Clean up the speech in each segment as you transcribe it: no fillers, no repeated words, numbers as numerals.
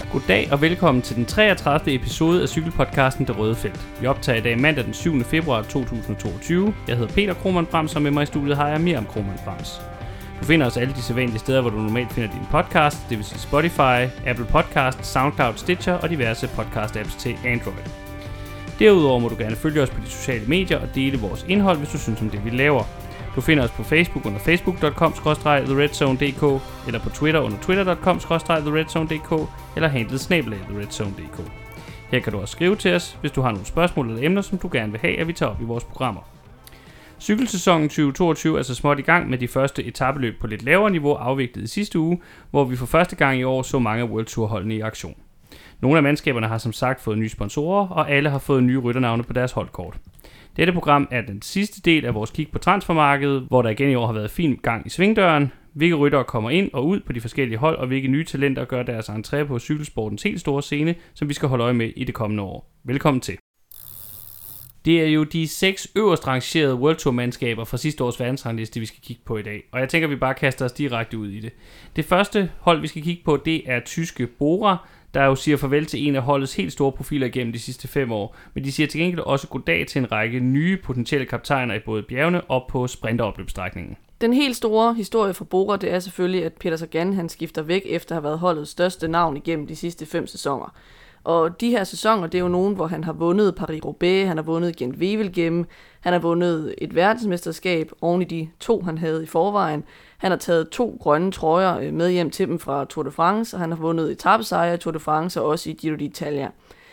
Goddag og velkommen til den 33. episode af cykelpodcasten Det Røde Felt. Vi optager i dag mandag den 7. februar 2022. Jeg hedder Peter Krohmann Brams, og med mig i studiet har jeg Miriam Krohmann Brams. Du finder os alle de sædvanlige steder, hvor du normalt finder din podcast, det vil sige Spotify, Apple Podcast, SoundCloud, Stitcher og diverse podcast-apps til Android. Derudover må du gerne følge os på de sociale medier og dele vores indhold, hvis du synes om det, vi laver. Du finder os på Facebook under facebook.com/theredzone.dk eller på Twitter under twitter.com/theredzone.dk eller handlet @theredzone.dk. Her kan du også skrive til os, hvis du har nogle spørgsmål eller emner, som du gerne vil have, at vi tager op i vores programmer. Cykelsæsonen 2022 er så småt i gang med de første etapeløb på lidt lavere niveau afviklet i sidste uge, hvor vi for første gang i år så mange World Tour holdene i aktion. Nogle af mandskaberne har som sagt fået nye sponsorer, og alle har fået nye rytternavne på deres holdkort. Dette program er den sidste del af vores kig på transfermarkedet, hvor der igen i år har været fin gang i svingdøren, hvilke ryttere kommer ind og ud på de forskellige hold, og hvilke nye talenter gør deres entré på cykelsportens helt store scene, som vi skal holde øje med i det kommende år. Velkommen til. Det er jo de 6 øverst rangerede World Tour mandskaber fra sidste års verdensrangliste, vi skal kigge på i dag, og jeg tænker, at vi bare kaster os direkte ud i det. Det første hold, vi skal kigge på, det er tyske Bora, der jo siger farvel til en af holdets helt store profiler gennem de sidste 5 år, men de siger til gengæld også goddag til en række nye potentielle kaptajner i både bjergene og på sprinteropløbsstrækningen. Den helt store historie for Bora, det er selvfølgelig, at Peter Sagan han skifter væk efter at have været holdets største navn igennem de sidste 5 sæsoner. Og de her sæsoner, det er jo nogen, hvor han har vundet Paris-Roubaix, han har vundet Gent-Wevelgem, han har vundet et verdensmesterskab oven i de 2, han havde i forvejen. Han har taget 2 grønne trøjer med hjem til dem fra Tour de France, og han har vundet etapesejre i Tour de France og også i Giro d'Italia.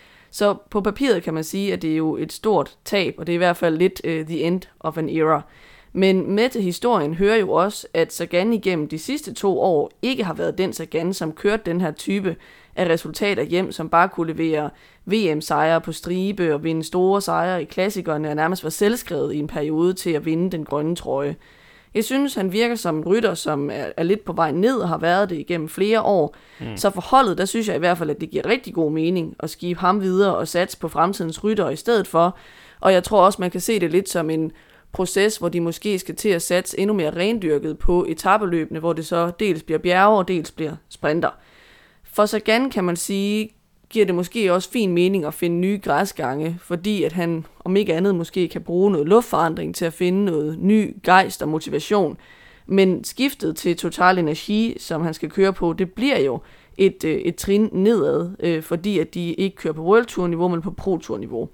Så på papiret kan man sige, at det er jo et stort tab, og det er i hvert fald lidt the end of an era. Men med til historien hører jo også, at Sagan igennem de sidste 2 år ikke har været den Sagan, som kørte den her type af resultater hjem, som bare kunne levere VM-sejre på stribe og vinde store sejre i klassikerne og nærmest var selvskrevet i en periode til at vinde den grønne trøje. Jeg synes, han virker som en rytter, som er lidt på vej ned og har været det igennem flere år. Så for holdet, der synes jeg i hvert fald, at det giver rigtig god mening at skibe ham videre og satse på fremtidens rytter i stedet for. Og jeg tror også, man kan se det lidt som en proces, hvor de måske skal til at satse endnu mere rendyrket på etapeløbene, hvor det så dels bliver bjerge og dels bliver sprinter. For Sagan kan man sige, giver det måske også fin mening at finde nye græsgange, fordi at han om ikke andet måske kan bruge noget luftforandring til at finde noget ny gejst og motivation. Men skiftet til Total Energi, som han skal køre på, det bliver jo et trin nedad, fordi at de ikke kører på World Tour niveau, men på Pro Tour niveau.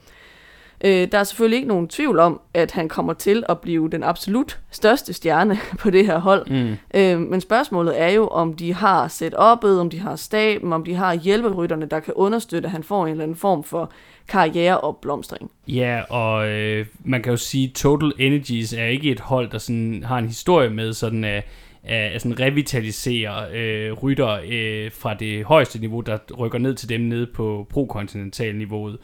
Der er selvfølgelig ikke nogen tvivl om, at han kommer til at blive den absolut største stjerne på det her hold. Men spørgsmålet er jo, om de har setup'et, om de har staben, om de har hjælperytterne, der kan understøtte, at han får en eller anden form for karriereopblomstring. Ja, og man kan jo sige, at Total Energies er ikke et hold, der sådan har en historie med sådan at sådan revitalisere rytter fra det højeste niveau, der rykker ned til dem nede på pro-kontinental-niveauet.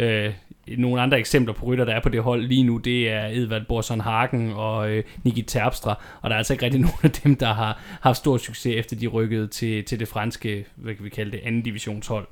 Nogle andre eksempler på rytter, der er på det hold lige nu, det er Edvard Boasson Hagen og Niki Terpstra, og der er altså ikke rigtig nogen af dem, der har haft stor succes, efter de rykkede til det franske, hvad kan vi kalde det, anden divisionshold.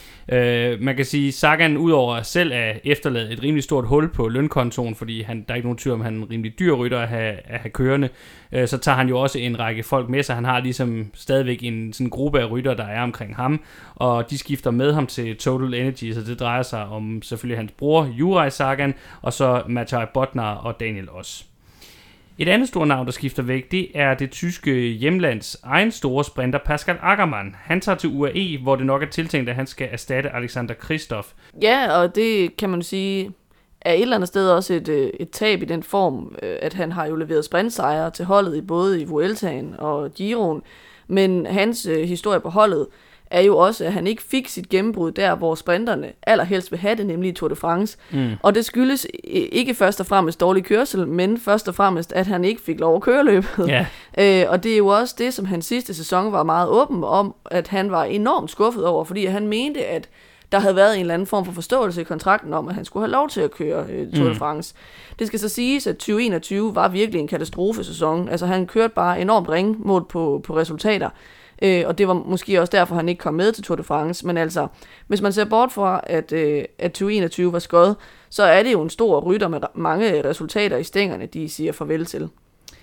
Man kan sige, Sagan udover selv at efterlade et rimelig stort hul på lønkontoen, fordi der er ikke nogen tvivl om, han er en rimelig dyr rytter at have kørende, så tager han jo også en række folk med sig. Han har ligesom stadigvæk en sådan gruppe af rytter, der er omkring ham, og de skifter med ham til Total Energy, så det drejer sig om selvfølgelig hans bror, Juraj Sagan, og så Matej Bodnar og Daniel Oss. Et andet stort navn, der skifter væk, det er det tyske hjemlands egen store sprinter Pascal Ackermann. Han tager til UAE, hvor det nok er tiltænkt, at han skal erstatte Alexander Kristoff. Ja, og det kan man sige er et eller andet sted også et tab i den form, at han har jo leveret sprintsejre til holdet både i Vueltaen og Giroen. Men hans historie på holdet er jo også, at han ikke fik sit gennembrud der, hvor sprinterne allerhelst vil have det, nemlig i Tour de France. Og det skyldes ikke først og fremmest dårlig kørsel, men først og fremmest, at han ikke fik lov at køre løbet. Yeah. Og det er jo også det, som hans sidste sæson var meget åben om, at han var enormt skuffet over, fordi han mente, at der havde været en eller anden form for forståelse i kontrakten om, at han skulle have lov til at køre Tour de France. Det skal så siges, at 2021 var virkelig en katastrofesæson. Altså han kørte bare enormt ringmål på resultater. Og det var måske også derfor, han ikke kom med til Tour de France. Men altså, hvis man ser bort fra, at 2021 var skød, så er det jo en stor rytter med mange resultater i stængerne, de siger farvel til.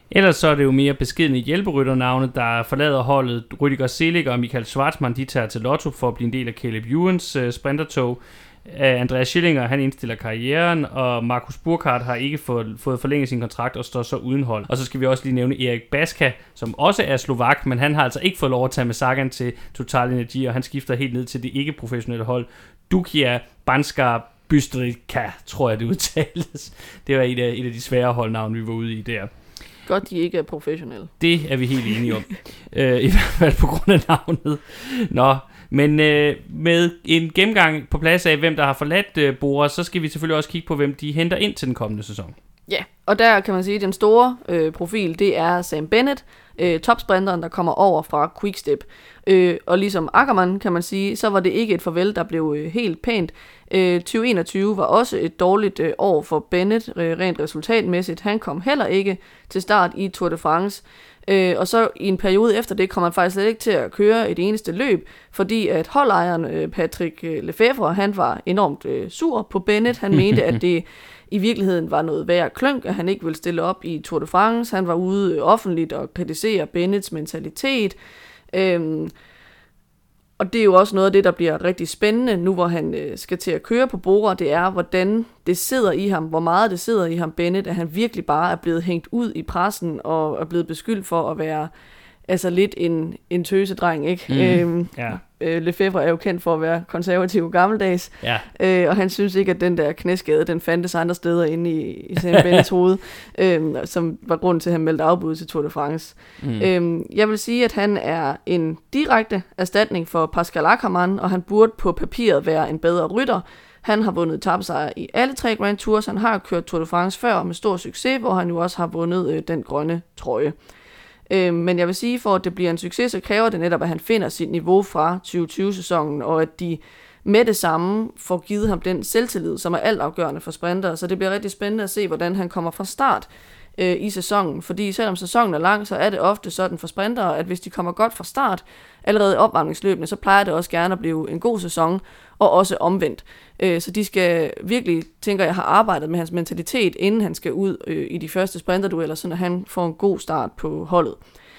Ellers så er det jo mere beskedne hjælperytternavne, der forlader holdet. Rüdiger Selig og Michael Schwarzmann, de tager til Lotto for at blive en del af Caleb Ewens sprintertog. Andreas Schillinger, han indstiller karrieren, og Markus Burkhardt har ikke fået forlænget sin kontrakt og står så uden hold. Og så skal vi også lige nævne Erik Baska, som også er slovak, men han har altså ikke fået lov at tage med Sagan til Total Energy, og han skifter helt ned til det ikke-professionelle hold. Dukia Banska Bystrica, tror jeg det udtales. Det var et af de svære holdnavne, vi var ude i der. Godt, de ikke er professionelle. Det er vi helt enige om. I hvert fald på grund af navnet. Nå, men med en gennemgang på plads af, hvem der har forladt Bora, så skal vi selvfølgelig også kigge på, hvem de henter ind til den kommende sæson. Ja, og der kan man sige, at den store profil, det er Sam Bennett, topsprinteren, der kommer over fra Quickstep. Og ligesom Ackermann, kan man sige, så var det ikke et farvel, der blev helt pænt. 2021 var også et dårligt år for Bennett, rent resultatmæssigt. Han kom heller ikke til start i Tour de France. Og så i en periode efter det kom han faktisk slet ikke til at køre et eneste løb, fordi at holdejeren Patrick Lefevre, han var enormt sur på Bennett. Han mente, at det i virkeligheden var noget værre klønk, at han ikke ville stille op i Tour de France. Han var ude offentligt og kritisere Bennetts mentalitet. Og det er jo også noget af det, der bliver rigtig spændende, nu hvor han skal til at køre på Bora. Det er, hvordan det sidder i ham, hvor meget det sidder i ham, Bennett, at han virkelig bare er blevet hængt ud i pressen og er blevet beskyldt for at være altså lidt en tøsedreng, ikke? Ja. Lefevre er jo kendt for at være konservativ og gammeldags, og han synes ikke, at den der knæskade, den fandtes andre steder inde i Sam Bennetts hoved, som var grunden til, at han meldte afbud til Tour de France. Jeg vil sige, at han er en direkte erstatning for Pascal Ackermann, og han burde på papiret være en bedre rytter. Han har vundet etapesejre i alle 3 Grand Tours, han har kørt Tour de France før med stor succes, hvor han jo også har vundet den grønne trøje. Men jeg vil sige, for at det bliver en succes, så kræver det netop, at han finder sit niveau fra 2020-sæsonen, og at de med det samme får givet ham den selvtillid, som er altafgørende for sprinter. Så det bliver rigtig spændende at se, hvordan han kommer fra start i sæsonen. Fordi selvom sæsonen er lang, så er det ofte sådan for sprintere, at hvis de kommer godt fra start, allerede i opvarmningsløbene, så plejer det også gerne at blive en god sæson, og også omvendt. Så de skal virkelig, tænker jeg, have arbejdet med hans mentalitet, inden han skal ud i de første sprinterdueller, så han får en god start på holdet.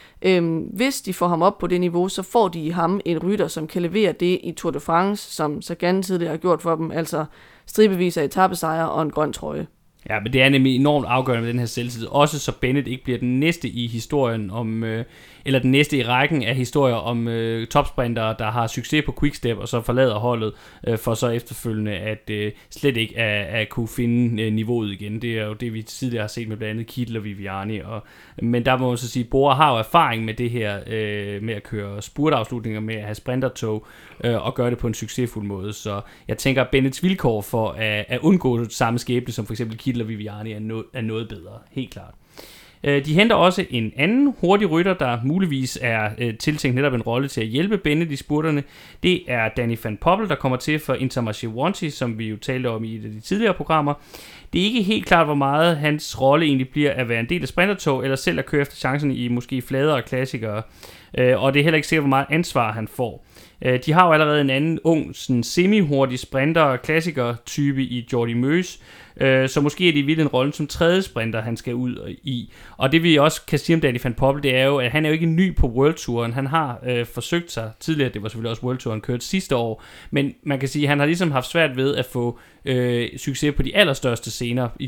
Hvis de får ham op på det niveau, så får de i ham en rytter, som kan levere det i Tour de France, som Sagan tidligere har gjort for dem, altså stribevis af etapesejre og en grøn trøje. Ja, men det er nemlig enormt afgørende med den her selvtillid, også så Bennett ikke bliver den næste i historien om, eller den næste i rækken af historier om topsprintere, der har succes på Quickstep og så forlader holdet, for så efterfølgende at slet ikke at kunne finde niveauet igen. Det er jo det, vi tidligere har set med blandt andet Kittel og Viviani. Men der må man så sige, Bora har jo erfaring med det her, med at køre spurtafslutninger, med at have sprintertog, og gøre det på en succesfuld måde. Så jeg tænker, at Bennetts vilkår for at undgå samme skæbne, som for eksempel Kittel og Viviani, er noget bedre. Helt klart. De henter også en anden hurtig rytter, der muligvis er tiltænkt netop en rolle til at hjælpe Bennett i spurterne. Det er Danny van Poppel, der kommer til for Intermarché Wanty, som vi jo talte om i et af de tidligere programmer. Det er ikke helt klart, hvor meget hans rolle egentlig bliver at være en del af sprintertog, eller selv at køre efter chancen i måske fladere klassikere. Og det er heller ikke sikkert, hvor meget ansvar han får. De har jo allerede en anden ung, semi-hurtig sprinter, klassiker-type i Jordi Meus, så måske er det i virkeligheden rollen som tredje sprinter, han skal ud i. Og det vi også kan sige om Danny van Poppel, det er jo, at han er jo ikke ny på World Touren. Han har forsøgt sig tidligere, det var selvfølgelig også World Touren kørt sidste år, men man kan sige, at han har ligesom haft svært ved at få succes på de allerstørste scener i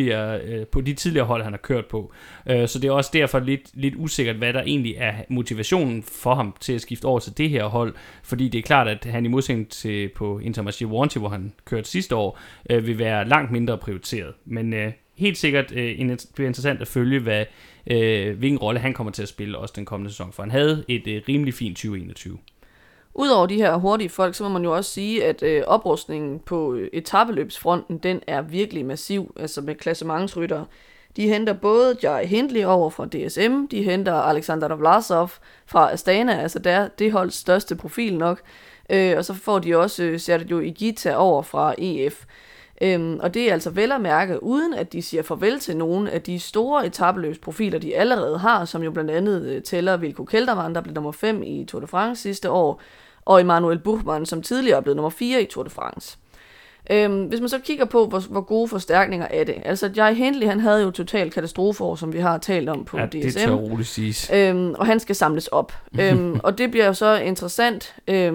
på de tidligere hold, han har kørt på. Så det er også derfor lidt usikkert, hvad der egentlig er motivationen for ham til at skifte over til det her hold, fordi det er klart, at han i modsætning til på Intermarché Wanty, hvor han kørte sidste år, vil være langt mindre prioriteret. Men helt sikkert bliver interessant at følge, hvilken rolle han kommer til at spille også den kommende sæson, for han havde et rimelig fint 2021. Udover de her hurtige folk, så må man jo også sige, at oprustningen på etapeløbsfronten, den er virkelig massiv, altså med klassementsryttere. De henter både Jai Hindley over fra DSM, de henter Alexander Vlasov fra Astana, altså det holds største profil nok, og så får de også Sergio Higuita over fra EF. Og det er altså vel at mærke, uden at de siger farvel til nogle af de store etapeløbsprofiler, de allerede har, som jo blandt andet tæller Wilco Kelderman, der blev nummer 5 i Tour de France sidste år, og Emanuel Buchmann, som tidligere er blevet nummer 4 i Tour de France. Hvis man så kigger på, hvor gode forstærkninger er det. Altså, Jai Hindley, han havde jo total katastrofeår, som vi har talt om på DSM. Ja, det tør roligt siges. Og han skal samles op. Og det bliver jo så interessant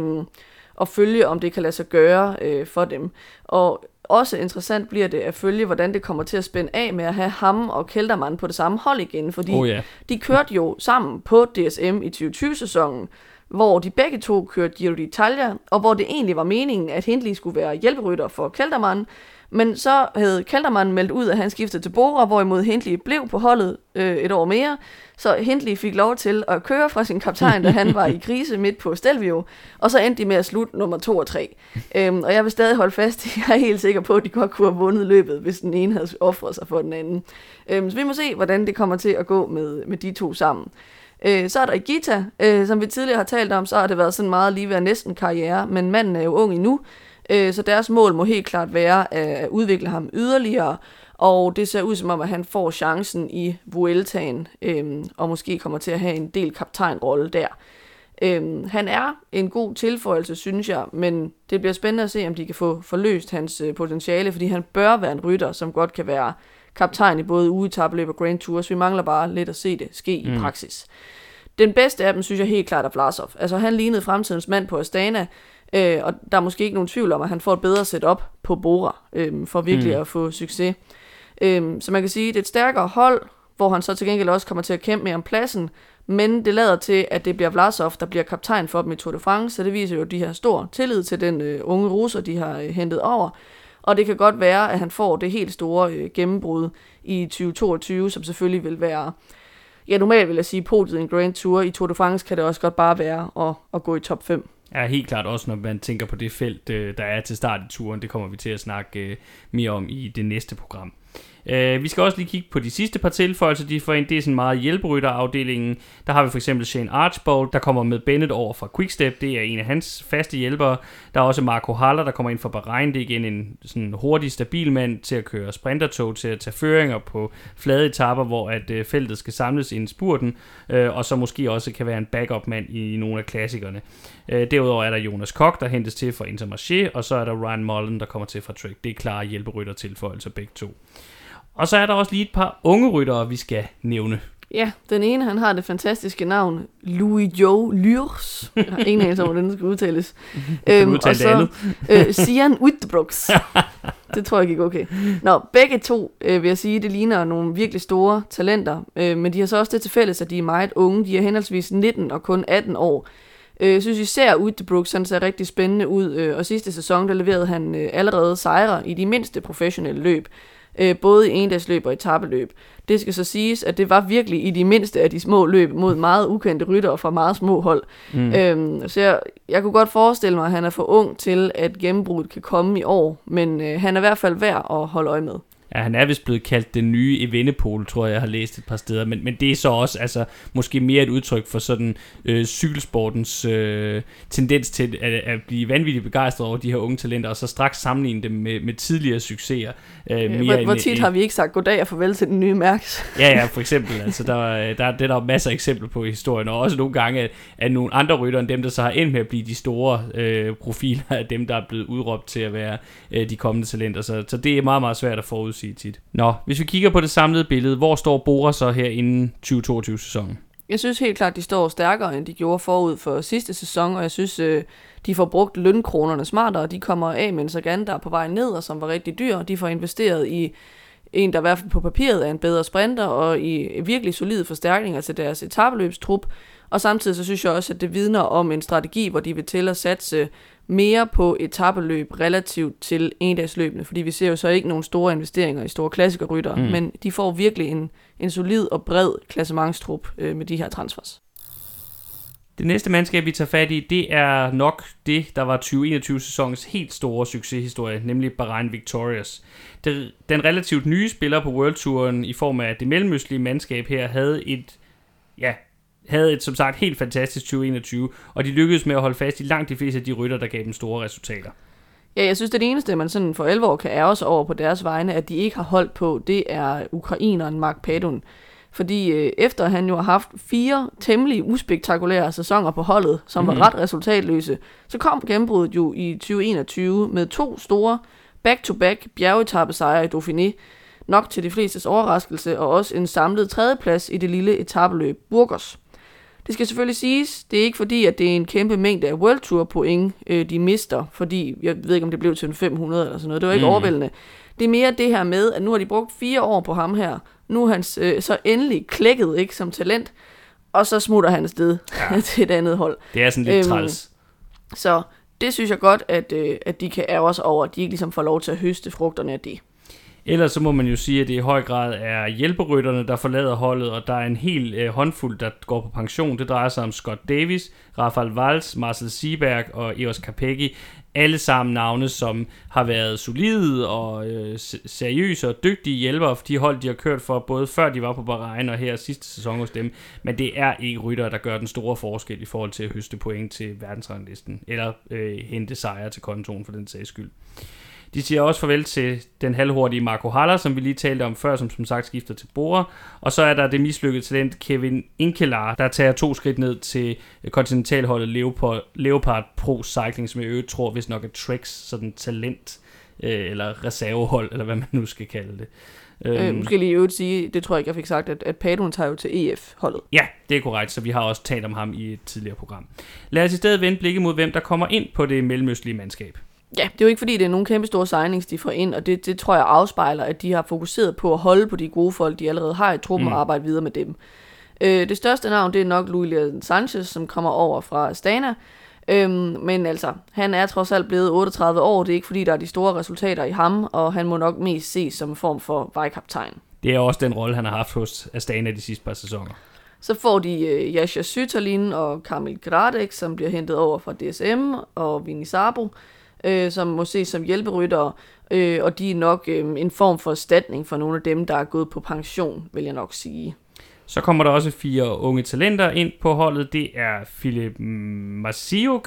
at følge, om det kan lade sig gøre for dem. Og også interessant bliver det at følge, hvordan det kommer til at spænde af med at have ham og Kelderman på det samme hold igen. Fordi de kørte jo sammen på DSM i 2020-sæsonen, hvor de begge to kørte Giro d'Italia, og hvor det egentlig var meningen, at Hindley skulle være hjælperytter for Kelderman. Men så havde Kelderman meldt ud, at han skiftede til Bora, hvorimod Hindley blev på holdet et år mere. Så Hindley fik lov til at køre fra sin kaptajn, da han var i krise midt på Stelvio, og så endte de med at slutte nummer 2 og 3. Og jeg vil stadig holde fast, jeg er helt sikker på, at de godt kunne have vundet løbet, hvis den ene havde offret sig for den anden. Så vi må se, hvordan det kommer til at gå med de to sammen. Så er der Igita, som vi tidligere har talt om, så har det været sådan meget lige ved næsten karriere, men manden er jo ung endnu, så deres mål må helt klart være at udvikle ham yderligere, og det ser ud som om, at han får chancen i Vueltaen, og måske kommer til at have en del kaptajnrolle der. Han er en god tilføjelse, synes jeg, men det bliver spændende at se, om de kan få forløst hans potentiale, fordi han bør være en rytter, som godt kan være kaptajn i både ugeetapløb og Grand Tours. Vi mangler bare lidt at se det ske i praksis. Den bedste af dem, synes jeg helt klart, er Vlasov. Altså, han lignede fremtidens mand på Astana, og der er måske ikke nogen tvivl om, at han får et bedre setup på Bora, for virkelig at få succes. Så man kan sige, at det er et stærkere hold, hvor han så til gengæld også kommer til at kæmpe mere om pladsen, men det lader til, at det bliver Vlasov, der bliver kaptajn for dem i Tour de France, så det viser jo, at de har stor tillid til den unge russer, de har hentet over. Og det kan godt være, at han får det helt store gennembrud i 2022, som selvfølgelig vil være, ja, normalt vil jeg sige, podiet i en Grand Tour. I Tour de France kan det også godt bare være at gå i top 5. Ja, helt klart også, når man tænker på det felt, der er til start i turen. Det kommer vi til at snakke mere om i det næste program. Vi skal også lige kigge på de sidste par tilføjelser, de får ind. Det er sådan meget hjælperytterafdelingen. Der har vi for eksempel Shane Archbold, der kommer med Bennett over fra Quickstep. Det er en af hans faste hjælpere. Der er også Marco Haller, der kommer ind fra Bahrain. Det er igen en sådan hurtig, stabil mand til at køre sprintertog, til at tage føringer på flade etaper, hvor at feltet skal samles i spurten, og så måske også kan være en backup-mand i nogle af klassikerne. Derudover er der Jonas Koch, der hentes til fra Intermarché, og så er der Ryan Mullen, der kommer til fra Trek. Det er klare hjælperyttertilføjelser begge to. Og så er der også lige et par unge ryttere, vi skal nævne. Ja, den ene, han har det fantastiske navn, Louis-Jo Lürs. Jeg har ingen anelse om, hvordan det skal udtales. Og så Sian Uitbrooks. Det tror jeg gik okay. Nå, begge to, vil jeg sige, det ligner nogle virkelig store talenter. Men de har så også det til fælles, at de er meget unge. De er henholdsvis 19 og kun 18 år. Jeg synes især Uitbrooks, han ser rigtig spændende ud. Og sidste sæson, der leverede han allerede sejre i de mindste professionelle løb. Både i endagsløb og etapeløb. Det skal så siges, at det var virkelig i de mindste af de små løb mod meget ukendte ryttere fra meget små hold. Så jeg kunne godt forestille mig, at han er for ung til, at gennembruddet kan komme i år, men han er i hvert fald værd at holde øje med. Ja, han er vist blevet kaldt den nye Evenepoel, tror jeg har læst et par steder, men det er så også altså, måske mere et udtryk for sådan cykelsportens tendens til at blive vanvittigt begejstret over de her unge talenter, og så straks sammenligne dem med tidligere succeser. Hvor tit har vi ikke sagt goddag og farvel til den nye Mærks? Ja, for eksempel. Altså, der er masser af eksempler på i historien, og også nogle gange, at nogle andre rytter end dem, der så har endt med at blive de store profiler af dem, der er blevet udråbt til at være de kommende talenter. Så det er meget, meget svært at forudsige tit. Nå, hvis vi kigger på det samlede billede, hvor står Bora så her inden 2022-sæsonen? Jeg synes helt klart, de står stærkere, end de gjorde forud for sidste sæson, og jeg synes, de får brugt lønkronerne smartere. De kommer af med en Sagan, der er på vej ned, og som var rigtig dyr. De får investeret i en, der i hvert fald på papiret er en bedre sprinter, og i virkelig solide forstærkninger til deres etapeløbstrup. Og samtidig så synes jeg også, at det vidner om en strategi, hvor de vil til at satse mere på etapeløb relativt til endagsløbene, fordi vi ser jo så ikke nogen store investeringer i store klassikerryttere, men de får virkelig en solid og bred klassementstrup med de her transfers. Det næste mandskab, vi tager fat i, det er nok det, der var 2021-sæsonens helt store succeshistorie, nemlig Bahrain Victorious. Den relativt nye spiller på World Touren i form af det mellemøstlige mandskab her havde et som sagt helt fantastisk 2021, og de lykkedes med at holde fast i langt de fleste af de rytter, der gav dem store resultater. Ja, jeg synes, det eneste, man sådan for alvor kan ære sig over på deres vegne, at de ikke har holdt på, det er ukraineren Mark Padun. Fordi efter han jo har haft 4 temmelig uspektakulære sæsoner på holdet, som var ret resultatløse, så kom gennembruddet jo i 2021 med 2 store back-to-back bjergetappesejre i Dauphiné, nok til de flestes overraskelse, og også en samlet tredjeplads i det lille etapeløb Burgos. Det skal selvfølgelig siges, det er ikke fordi, at det er en kæmpe mængde af World Tour point, de mister, fordi jeg ved ikke, om det blev til en 500 eller sådan noget. Det var ikke overvældende. Det er mere det her med, at nu har de brugt 4 år på ham her. Nu er han så endelig klækket, ikke, som talent, og så smutter han afsted til et andet hold. Det er sådan lidt træls. Så det synes jeg godt, at de kan ærge sig over, at de ikke ligesom får lov til at høste frugterne af det. Ellers så må man jo sige, at det i høj grad er hjælperytterne, der forlader holdet, og der er en hel håndfuld, der går på pension. Det drejer sig om Scott Davis, Rafael Valls, Marcel Seeberg og Eos Capecchi. Alle sammen navne, som har været solide og seriøse og dygtige hjælpere for de hold, de har kørt for, både før de var på Bahrain og her sidste sæson hos dem. Men det er ikke ryttere, der gør den store forskel i forhold til at høste point til verdensranglisten, eller hente sejre til kontoen for den sags skyld. De siger også farvel til den halvhurtige Marco Haller, som vi lige talte om før, som sagt skifter til Bora. Og så er der det mislykkede talent Kevin Inkelar, der tager 2 skridt ned til kontinentalholdet Leopard Pro Cycling, som jeg øvrigt tror, hvis nok er Treks sådan talent eller reservehold, eller hvad man nu skal kalde det. Måske lige øvrigt sige, det tror jeg ikke, jeg fik sagt, at Padun tager jo til EF-holdet. Ja, det er korrekt, så vi har også talt om ham i et tidligere program. Lad os i stedet vende blikket mod, hvem der kommer ind på det mellemøstlige mandskab. Ja, det er jo ikke fordi, det er nogle kæmpe store signings, de får ind, og det tror jeg afspejler, at de har fokuseret på at holde på de gode folk, de allerede har i truppen, og arbejde videre med dem. Det største navn, det er nok Luis Sanchez, som kommer over fra Astana, men altså, han er trods alt blevet 38 år, det er ikke fordi, der er de store resultater i ham, og han må nok mest ses som en form for vejkaptajn. Det er også den rolle, han har haft hos Astana de sidste par sæsoner. Så får de Jascha Sütterlin og Kamil Gradek, som bliver hentet over fra DSM, og Vini Sabo, som må ses som hjælperyttere, og de er nok en form for erstatning for nogle af dem, der er gået på pension, vil jeg nok sige. Så kommer der også 4 unge talenter ind på holdet. Det er Filip Masiuk,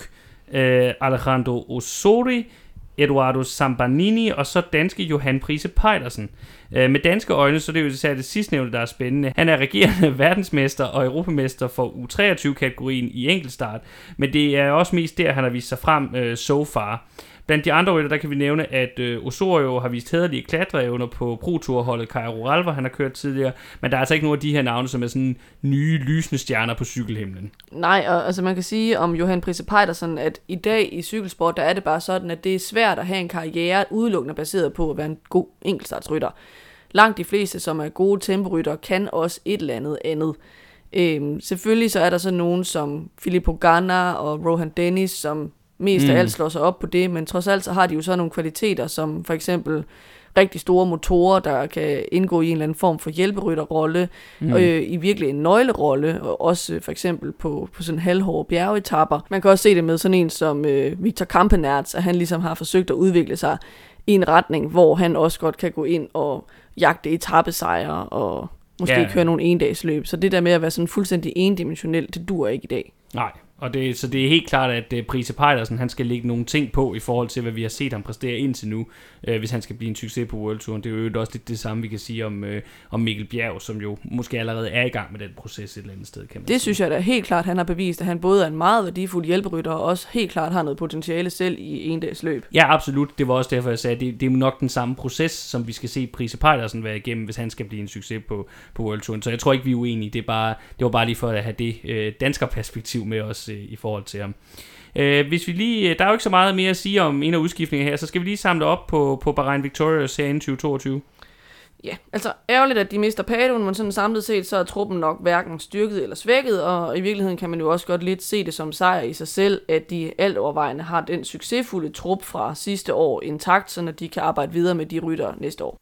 Alejandro Osori, Eduardo Zambanini og så danske Johan Prise Pejlersen. Med danske øjne, så det er jo især det sidstnævnte, der er spændende. Han er regerende verdensmester og europamester for U23-kategorien i enkeltstart, men det er også mest der, han har vist sig frem so far. Blandt de andre rytter, der kan vi nævne, at Osorio har vist hæderlige klatreevner på Pro-Tour-holdet Caio Rural, hvor han har kørt tidligere, men der er altså ikke nogen af de her navne, som er sådan nye, lysende stjerner på cykelhimlen. Nej, og altså man kan sige om Johan Prise Pejlersen, at i dag i cykelsport, der er det bare sådan, at det er svært at have en karriere udelukkende baseret på at være en god enkeltstartsrytter. Langt de fleste, som er gode temporytter, kan også et eller andet. Selvfølgelig så er der så nogen som Filippo Ganna og Rohan Dennis, som mest af alt slår sig op på det, men trods alt så har de jo så nogle kvaliteter, som for eksempel rigtig store motorer, der kan indgå i en eller anden form for hjælperytterrolle, og i virkelig en nøglerolle, og også for eksempel på sådan halvhårde bjergetapper. Man kan også se det med sådan en som Victor Kampenerts, at han ligesom har forsøgt at udvikle sig i en retning, hvor han også godt kan gå ind og jagte etapesejre og måske køre nogle endagsløb. Så det der med at være sådan fuldstændig endimensionel, det duer ikke i dag. Nej. Så det er helt klart, at Prise Pejlersen, han skal lægge nogle ting på i forhold til, hvad vi har set ham præstere indtil nu, hvis han skal blive en succes på World Touren. Det er jo også lidt det samme, vi kan sige om Mikkel Bjerg, som jo måske allerede er i gang med den proces et eller andet sted, kan man sige. Synes jeg da helt klart, han har bevist, at han både er en meget værdifuld hjælperytter, og også helt klart har noget potentiale selv i endagsløb. Ja, absolut. Det var også derfor, jeg sagde, at det er nok den samme proces, som vi skal se Prise Pejlersen være igennem, hvis han skal blive en succes på World Touren. Så jeg tror ikke, vi er uenige. Det var bare lige for at have det danskerperspektiv med os i forhold til ham. Hvis vi lige, der er jo ikke så meget mere at sige om en af udskiftningerne her, så skal vi lige samle op på Bahrain Victorious serien 2022. Ja, altså ærgerligt, at de mister Padun, men sådan samlet set, så er truppen nok hverken styrket eller svækket, og i virkeligheden kan man jo også godt lidt se det som sejr i sig selv, at de alt overvejende har den succesfulde trup fra sidste år intakt, så de kan arbejde videre med de rytter næste år.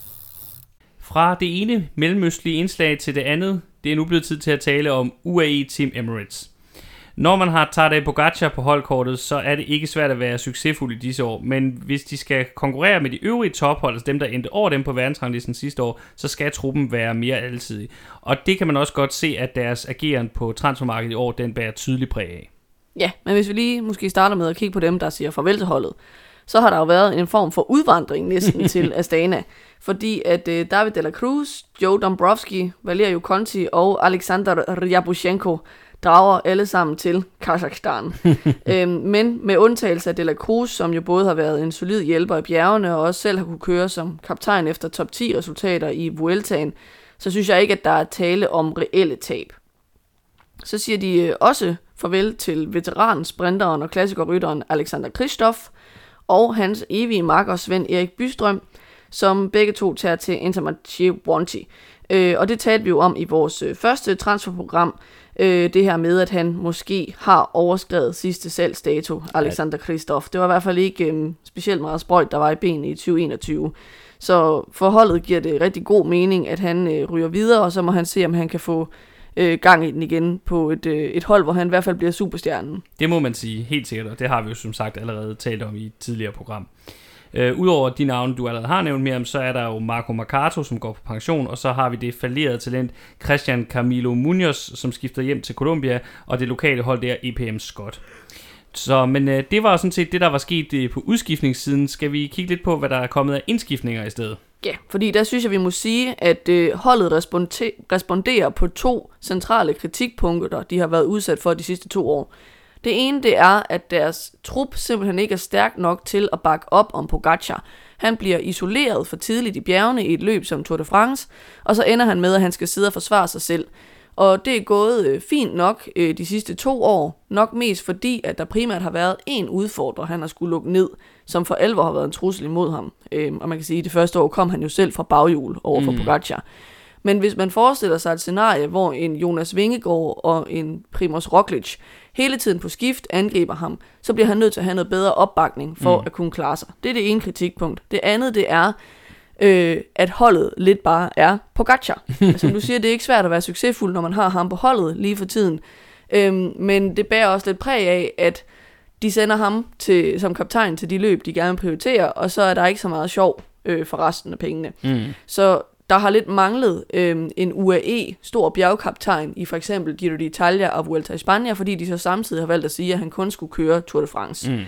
Fra det ene mellemøstlige indslag til det andet, det er nu blevet tid til at tale om UAE Team Emirates. Når man har Tadej Pogačar på holdkortet, så er det ikke svært at være succesfuld i disse år, men hvis de skal konkurrere med de øvrige tophold, altså dem der endte over dem på verdensranglisten sidste år, så skal truppen være mere alsidig. Og det kan man også godt se, at deres ageren på transfermarkedet i år, den bærer tydeligt præg af. Ja, men hvis vi lige måske starter med at kigge på dem, der siger farvel til holdet, så har der jo været en form for udvandring næsten til Astana, fordi at David de la Cruz, Joe Dombrowski, Valerio Conti og Alexander Ryabushenko, drager alle sammen til Kazakhstan. Men med undtagelse af De La Cruz, som jo både har været en solid hjælper i bjergene, og også selv har kunne køre som kaptajn efter top 10 resultater i Vueltaen, så synes jeg ikke, at der er tale om reelle tab. Så siger de også farvel til veteransprinteren og klassikerrytteren Alexander Kristoff, og hans evige makker Svend Erik Bystrøm, som begge to tager til Intermarché Wanty. Og det talte vi jo om i vores første transferprogram, det her med, at han måske har overskredet sidste salgsdato, Alexander Kristoff. Det var i hvert fald ikke specielt meget sprøjt, der var i benene i 2021. Så for holdet giver det rigtig god mening, at han ryger videre, og så må han se, om han kan få gang i den igen på et hold, hvor han i hvert fald bliver superstjernen. Det må man sige, helt sikkert, og det har vi jo som sagt allerede talt om i et tidligere program. Udover de navne, du allerede har nævnt mere om, så er der jo Marco Mercado, som går på pension, og så har vi det fallerede talent Christian Camilo Munoz, som skifter hjem til Colombia, og det lokale hold der EPM Scott. Så, men det var sådan set det, der var sket på udskiftningssiden. Skal vi kigge lidt på, hvad der er kommet af indskiftninger i stedet? Ja, fordi der synes jeg, vi må sige, at holdet responderer på 2 centrale kritikpunkter, de har været udsat for de sidste 2 år. Det ene, det er, at deres trup simpelthen ikke er stærk nok til at bakke op om Pogačar. Han bliver isoleret for tidligt i bjergene i et løb som Tour de France, og så ender han med, at han skal sidde og forsvare sig selv. Og det er gået fint nok de sidste 2 år, nok mest fordi, at der primært har været en udfordrer, han har skulle lukke ned, som for alvor har været en trussel imod ham. Og man kan sige, at det første år kom han jo selv fra baghjul over for Pogačar. Men hvis man forestiller sig et scenarie, hvor en Jonas Vingegaard og en Primož Roglič hele tiden på skift angriber ham, så bliver han nødt til at have noget bedre opbakning for at kunne klare sig. Det er det ene kritikpunkt. Det andet, det er, at holdet lidt bare er Pogačar. Altså du siger, det er ikke svært at være succesfuld, når man har ham på holdet lige for tiden. Men det bærer også lidt præg af, at de sender ham som kaptajn til de løb, de gerne prioriterer, og så er der ikke så meget sjov for resten af pengene. Så der har lidt manglet en UAE, stor bjergkaptajn, i for eksempel Giro d'Italia og Vuelta i Spanien, fordi de så samtidig har valgt at sige, at han kun skulle køre Tour de France.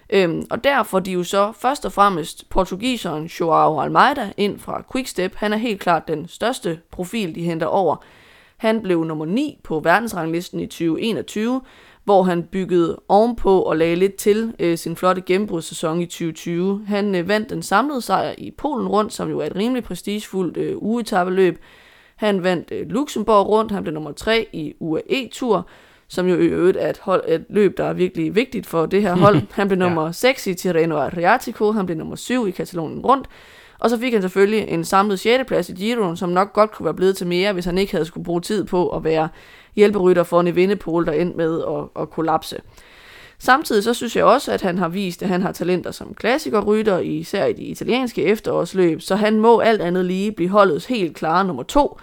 Og derfor de jo så først og fremmest portugiseren Joao Almeida ind fra Quickstep. Han er helt klart den største profil, de henter over. Han blev nummer 9 på verdensranglisten i 2021, hvor han byggede ovenpå og lagde lidt til sin flotte gennembrudssæson i 2020. Han vandt den samlede sejr i Polen rundt, som jo er et rimelig prestigefuldt ugetabeløb. Han vandt Luxembourg rundt, han blev nummer 3 i UAE-tur, som jo i øvrigt er et løb, der er virkelig vigtigt for det her hold. Han blev nummer 6 i Tirreno Adriatico, han blev nummer 7 i Katalonien rundt, og så fik han selvfølgelig en samlet 6. plads i Giroen, som nok godt kunne være blevet til mere, hvis han ikke havde skulle bruge tid på at være hjælperytter for en Evenepoel, der endte med at kollapse. Samtidig så synes jeg også, at han har vist, at han har talenter som klassikerrytter, især i de italienske efterårsløb, så han må alt andet lige blive holdets helt klare nummer 2.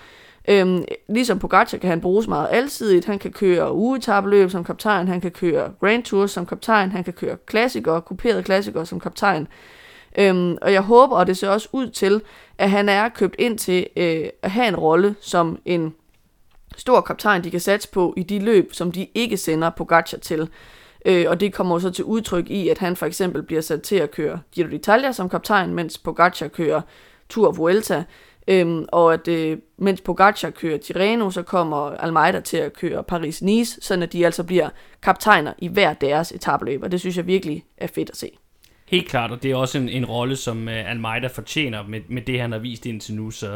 Ligesom Pogačar kan han bruges meget alsidigt. Han kan køre ugetabeløb som kaptajn, han kan køre Grand Tour som kaptajn, han kan køre klassikere, kuperede klassikere som kaptajn. Og jeg håber, og det ser også ud til, at han er købt ind til at have en rolle som en stor kaptajn, de kan satse på i de løb, som de ikke sender Pogačar til. Og det kommer så til udtryk i, at han for eksempel bliver sat til at køre Giro d'Italia som kaptajn, mens Pogačar kører Tour Vuelta. Og at mens Pogačar kører Tirreno, så kommer Almeida til at køre Paris-Nice, sådan at de altså bliver kaptajner i hver deres etapeløb, og det synes jeg virkelig er fedt at se. Helt klart, og det er også en rolle, som Almeida fortjener med det, han har vist indtil nu. Så